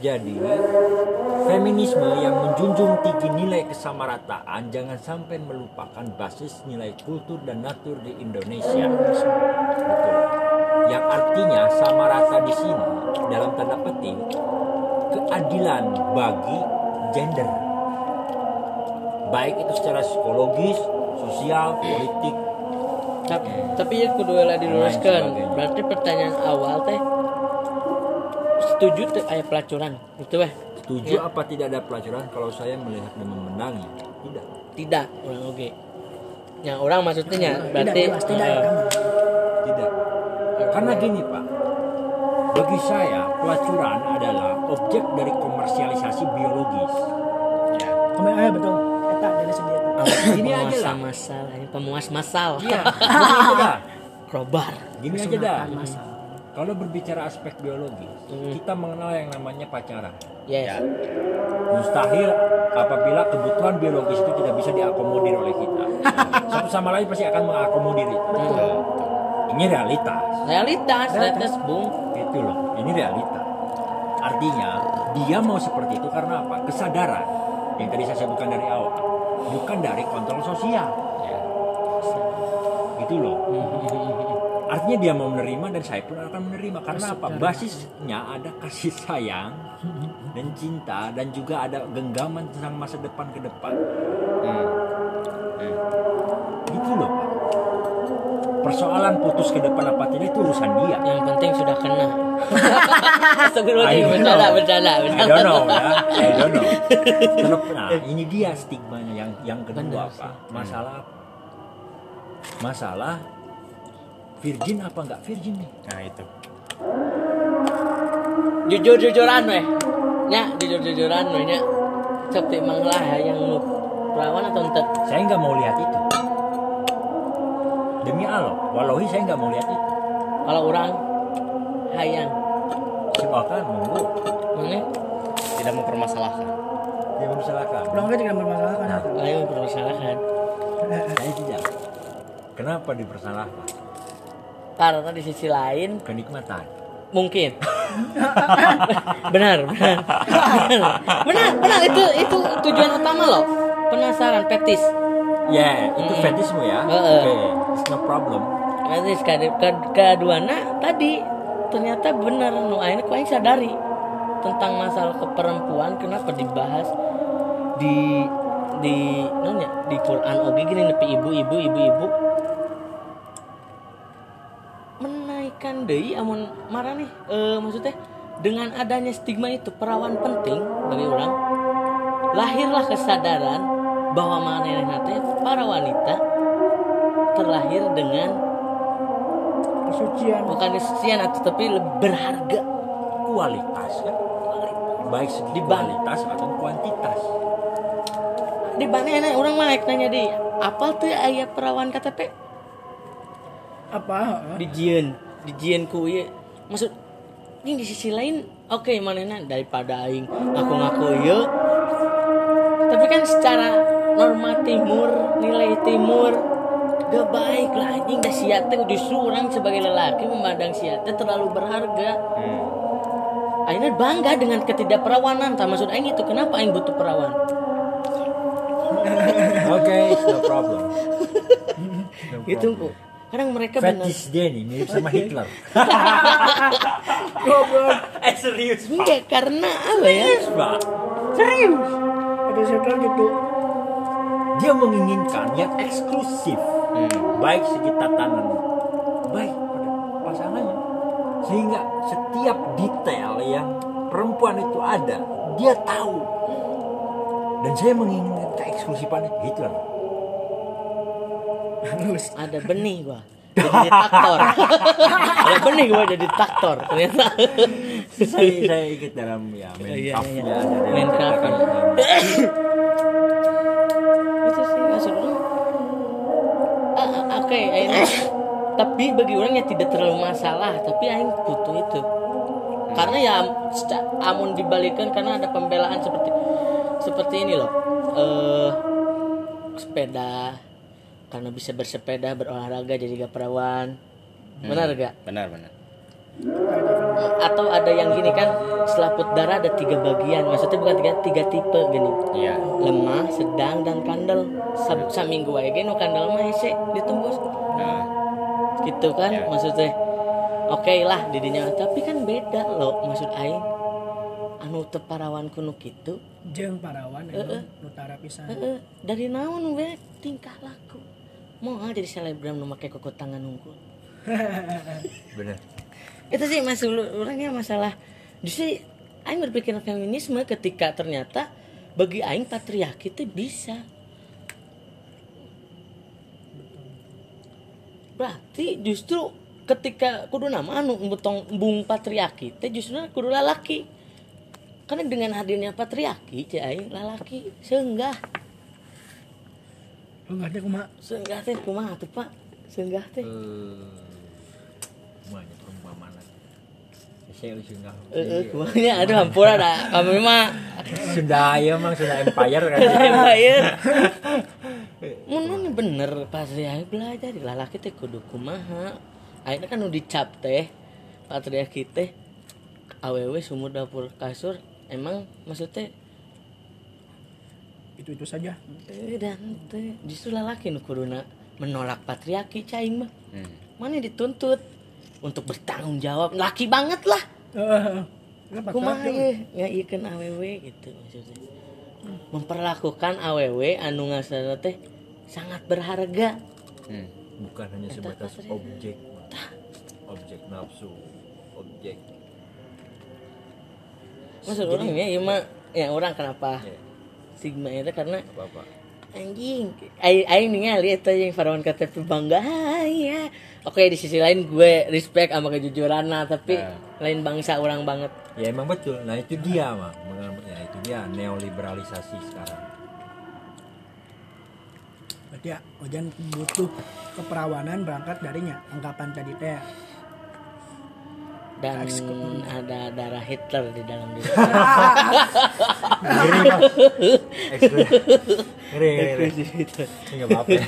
Jadi feminisme yang menjunjung tinggi nilai kesamarataan jangan sampai melupakan basis nilai kultur dan natur di Indonesia. Betul. Yang artinya sama rata di sini dalam tanda petik keadilan bagi gender. Baik itu secara psikologis, sosial, politik. tapi, tapi ya kudu lah diluruskan. Berarti pertanyaan awal teh setuju teh aya pelacuran gitu weh. Setuju Ya. apa tidak ada pelacuran? Kalau saya melihat dan memandangnya tidak. Tidak orang oke. Yang orang maksudnya berarti tidak jelas, tidak eh, ya, Tidak. Karena gini Pak, bagi saya pelacuran adalah objek dari komersialisasi biologis. Ya. Kemarin eh betul. Eta dari sendiri. Gini aja penguasa lah. masal, ini pemuas masal. Iya, gini aja dah. Krobar. Gini aja dah. Masal. Kalau berbicara aspek biologis, Hmm. kita mengenal yang namanya pacaran. Yes. Ya. Mustahil apabila kebutuhan biologis itu tidak bisa diakomodir oleh kita. Satu sama lain pasti akan mengakomodir itu. Hmm. Ini realitas. Realitas, realitas bung. Itu loh, ini realitas. Artinya dia mau seperti itu karena apa? Kesadaran yang tadi saya sebutkan dari awal, bukan dari kontrol sosial. Ya. Gitu loh. Artinya dia mau menerima dan saya pun akan menerima karena apa? Basisnya ada kasih sayang dan cinta dan juga ada genggaman tentang masa depan ke depan. Hmm. Hmm. Gitu loh Pak. Persoalan putus ke depan apa tidak itu urusan dia. Yang penting sudah kena. Astagfirullah, I don't bercanda, know. bercanda, I bercanda. don't know ya. I don't know. Terlep- Nah, ini dia stigmanya yang yang kedua Benar apa? sih. Masalah masalah virgin apa enggak virgin nih? Nah itu. Jujur-jujuran weh. Nya, jujur-jujuran weh nya. Seperti manglah yang nu perawan atau ente. Saya nggak mau lihat itu. Demi Allah, wallahi saya nggak mau lihat itu. Kalau orang hayang, Silakan monggo. mana? Tidak mempermasalahkan. Dia mempersilahkan. Orang kan tidak bermasalah kan. Ayo permasalahan. Saya tidak. Kenapa dipersalahkan? Karena di sisi lain Kenikmatan. mungkin. benar, benar, benar, benar, benar itu itu tujuan utama loh. Penasaran, petis. Ya, itu Mm-mm. fetismu ya. Heeh. Oke, it's no problem. Petis kade- ke- keduana tadi ternyata benar nu akhirnya ku aing sadari tentang masalah keperempuan kenapa dibahas di di nanya di Quran oge gini nepi ibu-ibu ibu-ibu menaikkan deui amun marah nih eh, maksudnya dengan adanya stigma itu perawan penting bagi orang lahirlah kesadaran bahwa manehna teh para wanita terlahir dengan Kesucian. bukan kesucian atau tapi lebih berharga Kualitas ya. Baik segi Di balik. kualitas atau kuantitas. di mana orang mah nanya di apal tuh aya perawan K T P Apa? di jieun di jieun ku ieu maksud ini di sisi lain oke okay, manehna daripada aing ngaku-ngaku ieu tapi kan secara norma timur nilai timur gak baik lah anjing dah sia teh justru orang sebagai lelaki memandang sia teh terlalu berharga Hmm. akhirnya bangga dengan ketidakperawanan tak maksud aing itu kenapa aing butuh perawan Oke, it's no problem. No gitu problem. kok kadang mereka benar Fetish dia nih mirip sama Hitler. Goblok. eh serius enggak karena apa ya Pak. Serius. Ada setan gitu. Dia menginginkan yang eksklusif, Hmm. baik segi tatanan, baik pada pasangannya, sehingga setiap detail yang perempuan itu ada, dia tahu. Dan saya menginginkan keeksklusifan Hitler. Halus. ada benih gua jadi taktor ada benih gua jadi taktor ternyata saya saya ikut dalam ya Iya, iya, Minecraft iya. ya, ada yang Minecraft, dikatakan iya. dengan- itu sih maksud orang Ah, ah, oke akhirnya tapi bagi orang yang tidak terlalu masalah tapi aing butuh itu karena ya seca- amun dibalikan karena ada pembelaan seperti seperti ini loh eh sepeda karena bisa bersepeda berolahraga jadi gak perawan benar gak Benar benar. Atau ada yang gini kan, selaput darah ada tiga bagian, maksudnya bukan tiga tiga tipe gini. Iya. Lemah, sedang, dan kandel. Sa- Saminggu wae ge nu kandel mah hese ditembus. Nah, Gitu kan Ya. maksudnya. Oke lah didinya, tapi kan beda loh maksud aing. Anu teu parawan kuno kitu. Jeung parawan Heeh. emang nutara pisan. Heeh, dari naon we tingkah laku. Moal jadi selebgram nu make koko tangan unggul. Bener. Itu sih mas orangnya masalah. Justru aing berpikir feminisme ketika ternyata bagi aing patriarki itu bisa. Berarti justru ketika kudu nama anu betong bung patriarki teh justru kudu lalaki. Karena dengan hadirnya patriarki cai aing lalaki seunggah. Lu enggak ada kumaha? Seunggah teh kumaha tuh Pak? Seunggah teh. Eh, banyak perumpamaan. Saya udah enggak. Heeh, kumaha aduh hampura dah. Kami mah Sudah ya mang sudah empire kan. ya. Mun bener patriarki belajar di lalaki teh kudu kumaha. Ayeuna kan nu dicap teh patriarki teh awewe sumur dapur kasur emang maksudnya Itu-itu saja. eh, dan teh justru lalaki nu kuduna menolak patriarki caing mah. hmm. Mana dituntut untuk bertanggung jawab laki banget lah. Heeh. Kenapa? Kumaha ye ngaiekeun awewe gitu maksudnya. Memperlakukan awewe anu ngasana teh sangat berharga. Hmm. Bukan hanya sebatas objek, objek nafsu, objek. Maksud orang ya, ya mah ya orang kenapa Ya, stigma itu karena apa-apa. anjing aing aing ningali eta yang Farawan K T P bangga ya. Oke di sisi lain gue respect sama kejujuranna tapi Nah. lain bangsa orang banget. Ya emang betul. Nah itu dia mah. Ya itu dia neoliberalisasi sekarang. Berarti ya Ojan butuh keperawanan berangkat darinya anggapan tadi teh. Dan ada darah Hitler di dalam diri. Ngeri mas. Ngeri, ngeri, ngeri. Enggak apa-apa ya.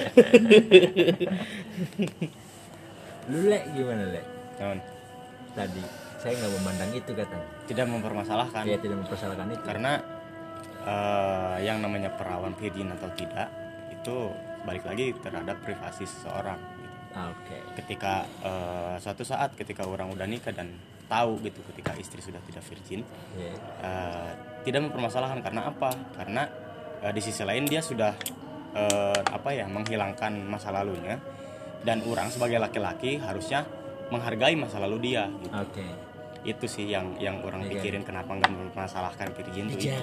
Lu Lek gimana Lek? Naon? Tadi saya nggak memandang itu katanya. Tidak mempermasalahkan. Dia tidak mempersalahkan itu. Karena eh, yang namanya perawan virgin atau tidak itu balik lagi terhadap privasi seseorang gitu. Ah, Oke. Ketika eh, suatu saat ketika orang udah nikah dan tahu gitu ketika istri sudah tidak virgin, Ya. eh, tidak mempermasalahkan karena apa? Karena eh, di sisi lain dia sudah eh, apa ya menghilangkan masa lalunya dan orang sebagai laki-laki harusnya menghargai masa lalu dia gitu. Oke. Itu sih yang yang orang Iya. pikirin kenapa nggak mempermasalahkan virgin itu Iya. itu.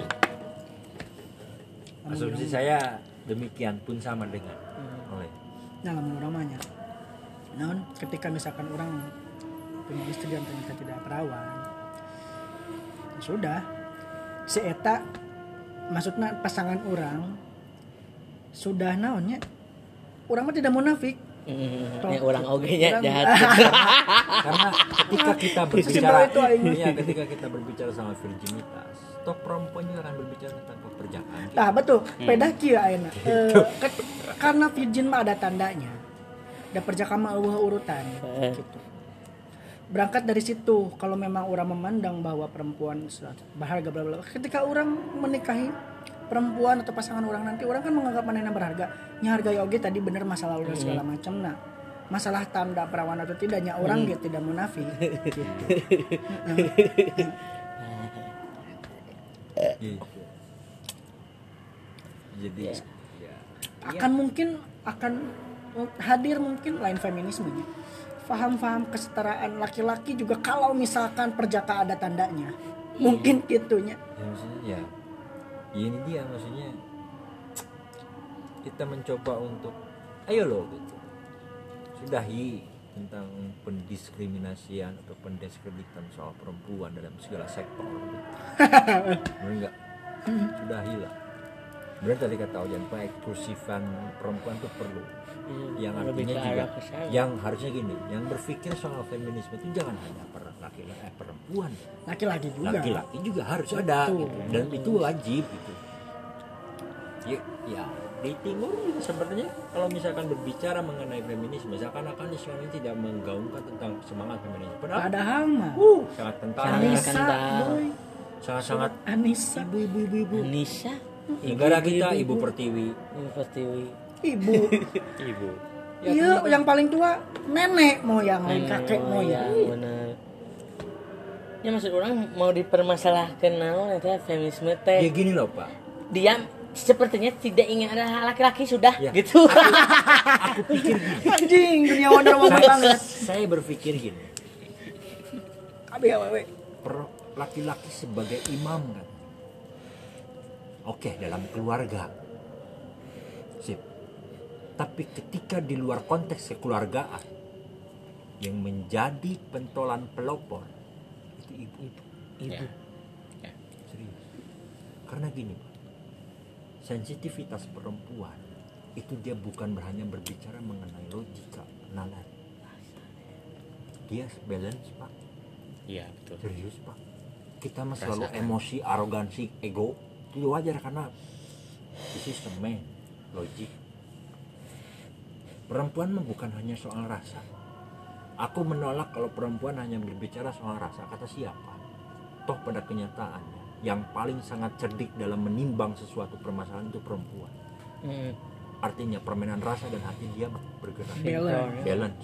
Asumsi saya demikian pun sama dengan oleh. Nah, lamun urang mah nya. Naon ketika misalkan orang punya istri dan ternyata tidak perawan. Ya sudah. Si eta maksudnya pasangan orang sudah naonnya orang mah tidak munafik. Mm, ya orang oge nya Orang- jahat. Karena ketika kita berbicara Sesimpel itu aing. ya, ketika kita berbicara sama virginitas, toh perempuan juga akan berbicara tentang pekerjaan. Nah betul, beda kieu ayeuna. Eh, ke- karena virgin mah ada tandanya. Da perjaka mah eueuh urutan Eh. gitu. Berangkat dari situ, kalau memang orang memandang bahwa perempuan berharga bla bla bla, ketika orang menikahi perempuan atau pasangan orang nanti, orang kan menganggap manehna berharga. Nya hargai oge tadi bener masa lalu dan segala macam. Nah, masalah tanda perawan atau tidaknya orang gitu tidak munafik gitu. Gitu. Jadi Ya. ya. Akan mungkin akan hadir mungkin lain feminismenya. Faham-faham kesetaraan laki-laki juga kalau misalkan perjaka ada tandanya. Mungkin gitunya. Ya, maksudnya ya ini dia maksudnya kita mencoba untuk ayo loh gitu sudahi tentang pendiskriminasian atau pendiskreditan soal perempuan dalam segala sektor gitu. Bener enggak? Sudahi lah. Benar tadi kata Ojan, eksklusifan perempuan itu perlu. Yang Lebih artinya ke juga arah ke sana. yang harusnya gini, yang berpikir soal feminisme itu jangan hanya per laki-laki eh, perempuan, Laki-laki juga. laki-laki juga harus ada Betul. gitu. Dan itu wajib gitu. Ya, ya di timur juga sebenarnya kalau misalkan berbicara mengenai feminisme seakan-akan Islam ini tidak menggaungkan tentang semangat feminisme padahal Padahal mah uh, sangat kental Sangat Anissa kental. boy. sangat-sangat Anissa ibu-ibu ibu Anissa negara kita Ibu Pertiwi Ibu Pertiwi ibu. Ibu. Ya, Iya, kenapa? yang paling tua nenek moyang, lain kakek oh, ya moyang. benar ya maksud orang mau dipermasalahkan naon eta feminisme ya teh gini loh Pak dia sepertinya tidak ingin ada laki-laki sudah Ya. gitu aku pikir gini Anjing, dunia Wonder Woman saya, banget. saya berpikir gini Abi awewe. per- laki-laki sebagai imam kan oke dalam keluarga sip tapi ketika di luar konteks kekeluargaan yang menjadi pentolan pelopor itu ibu-ibu ibu Ya. serius karena gini Pak sensitivitas perempuan itu dia bukan hanya berbicara mengenai logika nalar dia balance Pak Iya, betul. serius Pak kita mah selalu Rasakan. emosi arogansi ego itu wajar karena itu semen logik perempuan mah bukan hanya soal rasa aku menolak kalau perempuan hanya berbicara soal rasa kata siapa toh pada kenyataannya yang paling sangat cerdik dalam menimbang sesuatu permasalahan itu perempuan hmm. artinya permainan rasa dan hati dia bergerak Balance. balance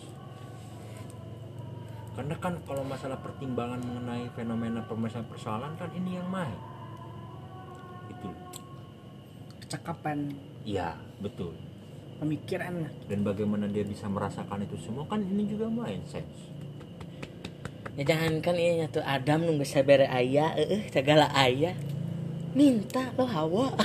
karena kan kalau masalah pertimbangan mengenai fenomena permasalahan persoalan kan ini yang main itu Kecakapan iya betul pemikiran. dan bagaimana dia bisa merasakan itu semua kan ini juga main sense ya jangankan iya tuh Adam nunggu sabere ayah eh segala ayah minta lo Hawa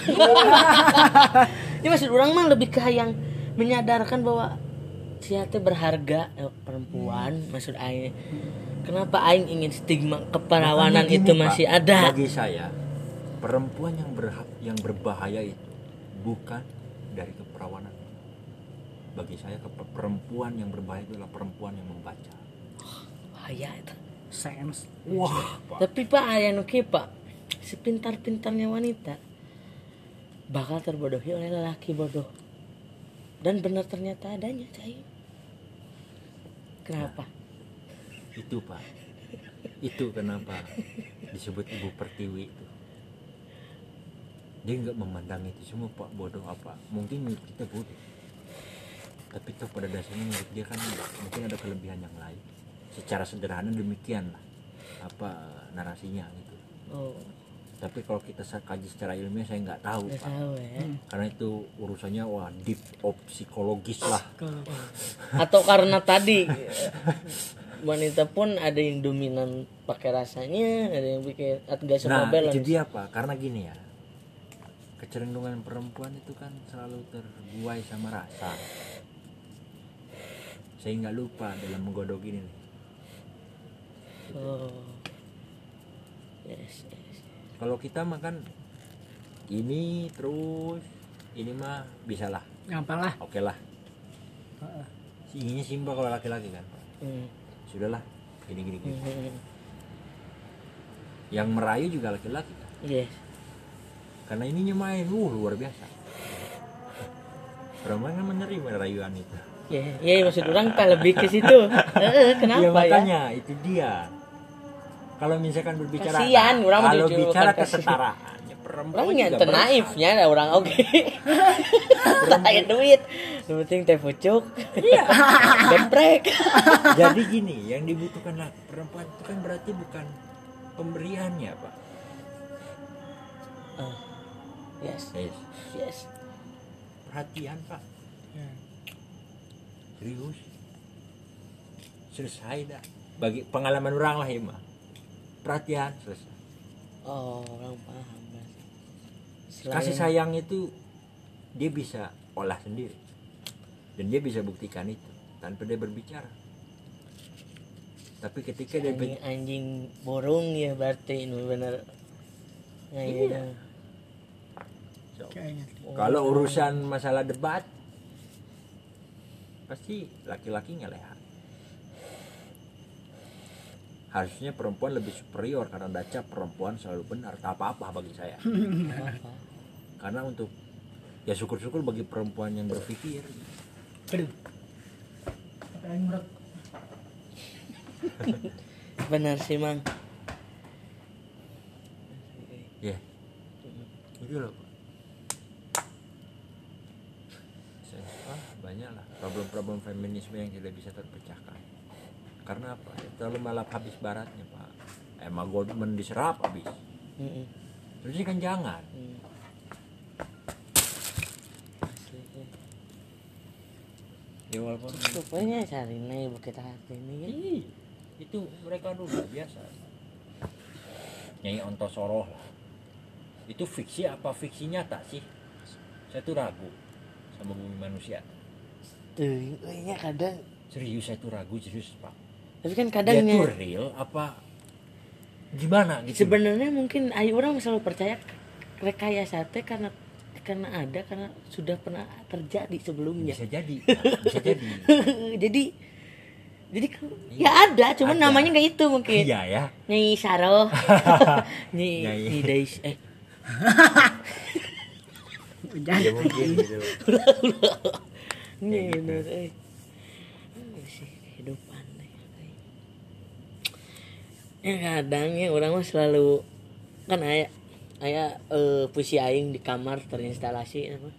ya maksud orang mah lebih ke yang menyadarkan bahwa siapa berharga eh, perempuan maksud aing kenapa aing ingin stigma keperawanan Makanya gini, itu Pak, masih ada bagi saya perempuan yang berhak yang berbahaya itu bukan dari keperawanan bagi saya ke- perempuan yang berbahaya itu adalah perempuan yang membaca bahaya itu Sense. wah Pak tapi pak ayah nuki pak sepintar-pintarnya wanita bakal terbodohi oleh lelaki bodoh dan benar ternyata adanya cai kenapa itu Pak itu kenapa disebut Ibu Pertiwi itu dia nggak memandang itu semua Pak bodoh apa mungkin menurut kita bodoh tapi toh pada dasarnya menurut dia kan mungkin ada kelebihan yang lain secara sederhana demikian lah apa narasinya gitu oh tapi kalau kita sa- kaji secara ilmiah saya nggak tahu nggak Pak tahu ya karena itu urusannya wah deep of psikologis lah atau karena tadi wanita pun ada yang dominan pakai rasanya ada yang bikin nggak semua nah balance itu dia Pak karena gini ya kecenderungan perempuan itu kan selalu terbuai sama rasa saya nggak lupa dalam menggodok ini nih. oh yes yes Kalau kita makan ini terus ini mah bisa lah Gampang lah. oke lah ini simpel kalau laki-laki kan hmm. sudahlah gini gini, gini. Hmm. Yang merayu juga laki-laki kan? yes Karena ininya main uh luar biasa perempuan kan menerima rayuan itu ya ya maksud orang pak lebih ke situ Eh, kenapa ya ya makanya itu dia kalau misalkan berbicara Kasian, orang kalau menjujur, bicara bukan kasihan. kesetaraan ya perempuan orang juga nyantai berhak. naifnya ada orang oke aya duit yang penting teh pucuk Iya. geprek Jadi gini yang dibutuhkan lah perempuan itu kan berarti bukan pemberiannya Pak oh. yes yes. yes Perhatian Pak serius selesai dah bagi pengalaman orang lah ya mah perhatian selesai oh orang paham Mas. Selain- kasih sayang itu dia bisa olah sendiri dan dia bisa buktikan itu tanpa dia berbicara tapi ketika dia anjing ber- anjing burung ya berarti ini bener nah, iya. Kayaknya. kalau urusan masalah debat pasti laki-laki ngeleha harusnya perempuan lebih superior karena baca perempuan selalu benar tak apa-apa bagi saya Apa? karena untuk Ya syukur-syukur bagi perempuan yang berpikir. Aduh. Apa yang murah? Benar sih Mang. Ya. Itu loh. Pak. Ah, banyak lah problem-problem feminisme yang tidak bisa terpecahkan. Karena apa? Ya, terlalu malap habis baratnya, Pak. Emang Goldman diserap habis. Mm-mm. Terusnya kan jangan. Mm. Ya walaupun Rupanya cari nih bukit hati ini ya. Ih, itu mereka dulu biasa. Nyai Ontosoroh lah. Itu fiksi apa fiksi nyata sih? Saya tuh ragu sama bumi manusia. Tuh, kayaknya kadang. Serius saya tuh ragu serius Pak. Tapi kan Dia kadangnya. tuh real apa gimana gitu? Sebenarnya mungkin ayo orang selalu percaya rekayasa teh karena karena ada karena sudah pernah terjadi sebelumnya. Bisa jadi, Pak. Bisa jadi. jadi jadi kan- Iya. ya ada, cuman Ada. namanya nggak itu mungkin. Iya ya. Nyai Saroh, Nyai Nyai. Nyai Dais, eh Ya mungkin gitu. Nyai gitu. bener, eh Ini sih kehidupan deh. Ya kadang ya orang mah selalu kan ayah ayah eh, puisi aing di kamar terinstalasi apa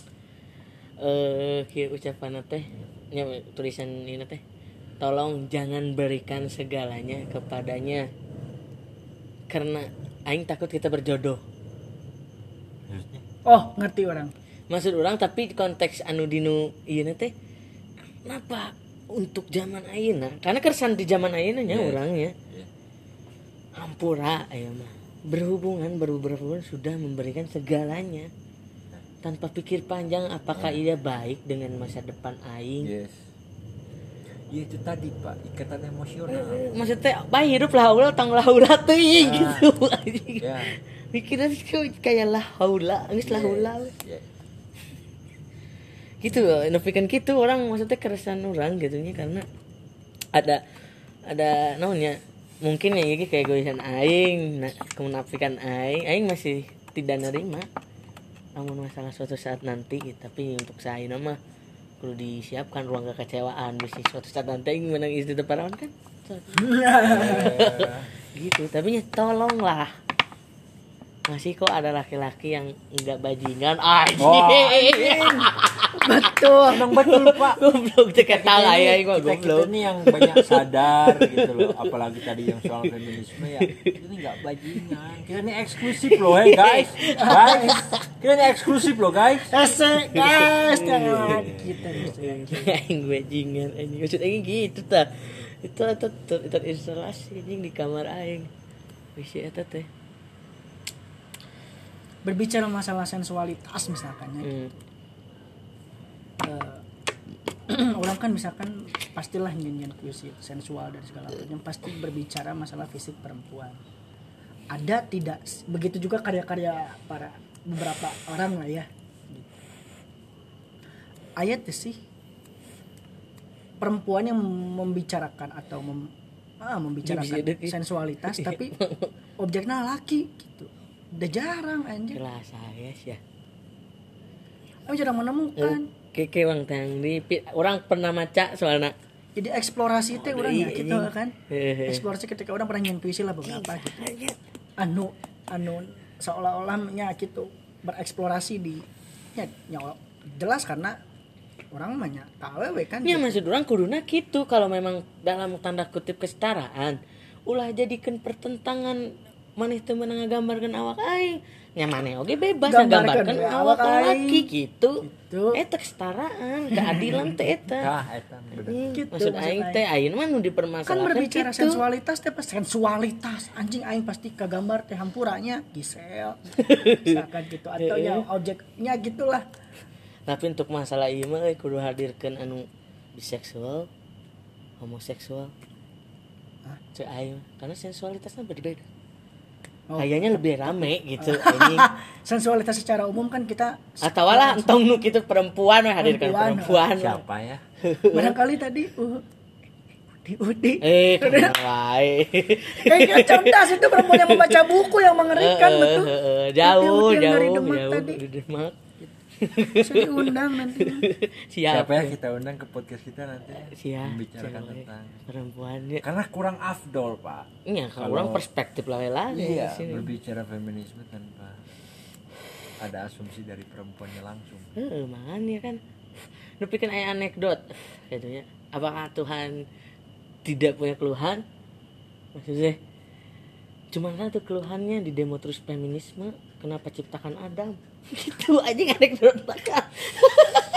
eh kieu ucapan teh nya tulisan ini teh tolong jangan berikan segalanya kepadanya karena aing takut kita berjodoh. Maksudnya? Oh, ngerti orang. Maksud orang tapi konteks anu dinu ieu teh kenapa untuk zaman ayeuna karena keresan di zaman ayeuna nya Yes. orangnya Iya. hampura aya mah berhubungan baru berhubungan sudah memberikan segalanya tanpa pikir panjang apakah ia baik dengan masa depan aing. Yes. Ya itu tadi Pak, ikatan emosional. Maksudnya baik hidup lah ulah tang lah ulah teuing Ah. gitu anjing. Ya. Pikiran kayak lah haula geus lah haula we. Yes. Gitu loh nepikan gitu orang maksudnya keresan orang gitunya karena ada ada naonnya mungkin ya ini kayak goisan aing nah, kemunafikan aing aing masih tidak nerima namun masalah suatu saat nanti tapi untuk saya mah perlu disiapkan ruang kekecewaan bisnis suatu saat nanti aing menang istri depan kan gitu tapi ya tolonglah masih kok ada laki-laki yang enggak bajingan anjing. Oh, Betul. Emang betul Pak. Goblok cek Kita tangga ini- ya gua kita, kita goblok. nih yang banyak sadar gitu loh, apalagi tadi yang soal feminisme ya, ini nggak bajingan, kita ini eksklusif loh, hey guys, guys, kita ini eksklusif loh guys. Ese, guys, jangan kita Aing bajingan anjing. Maksud aing gitu tah. Itu itu ter- terinstalasi anjing di kamar aing. Wis eta teh. berbicara masalah sensualitas misalkan ya. Hmm. Eh, orang kan misalkan pastilah nyanyian puisi sensual dan segala macam pasti berbicara masalah fisik perempuan. Ada tidak begitu juga karya-karya para beberapa orang lah ya. Ayat sih perempuan yang membicarakan atau mem, ah, membicarakan Bisa deh. sensualitas tapi objeknya laki gitu. Udah jarang anjir. Kelas saya sih ya. Aku jarang menemukan. Keke bang tang di pi- orang pernah maca soalnya. Jadi eksplorasi teh orang ya iya, gitu iya. kan. Hehe. Eksplorasi ketika orang pernah nyanyi puisi lah beberapa gitu. Anu anu seolah-olahnya gitu bereksplorasi di ya, ya jelas karena orang banyak tahu we kan. Ya maksud orang kuduna gitu kalau memang dalam tanda kutip kesetaraan ulah jadikan pertentangan maneh teu meunang ngagambarkeun awak aing. Nya maneh oge bebas Gambarkeun ngagambarkeun we awak awak aing. laki gitu. Gitu. Eta kesetaraan, keadilan teh eta. Nah, eta bener. Hmm, Gitu, maksud maksud aing aing. teh ayeuna mah nu Kan dipermasalahkan berbicara gitu. sensualitas teh pas sensualitas anjing aing pasti kagambar teh hampuranya Gisel. Misalkan gitu atau Iya. ya objeknya gitulah. Tapi untuk masalah ieu mah euy kudu hadirkeun anu biseksual, homoseksual. Hah? Cek aing mah. Karena sensualitasnya berbeda. Oh. Kayaknya lebih rame gitu anjing. Sensualitas secara umum kan kita Atau lah entong nu kitu perempuan we hadirkan Perempuan. perempuan. Siapa ya? barangkali tadi uh, di Udi. Eh, kemana wae. Kayaknya cerdas itu perempuan yang membaca buku yang mengerikan Eh, betul. eh, eh, Jauh, Udi yang dari jauh, Demak jauh tadi. di Demak. Saya diundang nanti. Siap. Siapa ya kita undang ke podcast kita nanti Siap. membicarakan Cewek, tentang perempuan ya. karena kurang afdol pak. Iya, kalau Kalau- orang perspektif lah lagi Iya, di sini. berbicara feminisme tanpa ada asumsi dari perempuannya langsung. Heeh, makanya kan. Nu bikin aya anekdot gitu ya. Apakah Tuhan tidak punya keluhan? Maksudnya cuma satu keluhannya di demo terus feminisme, kenapa ciptakan Adam? Gitu aja anekdot belakang.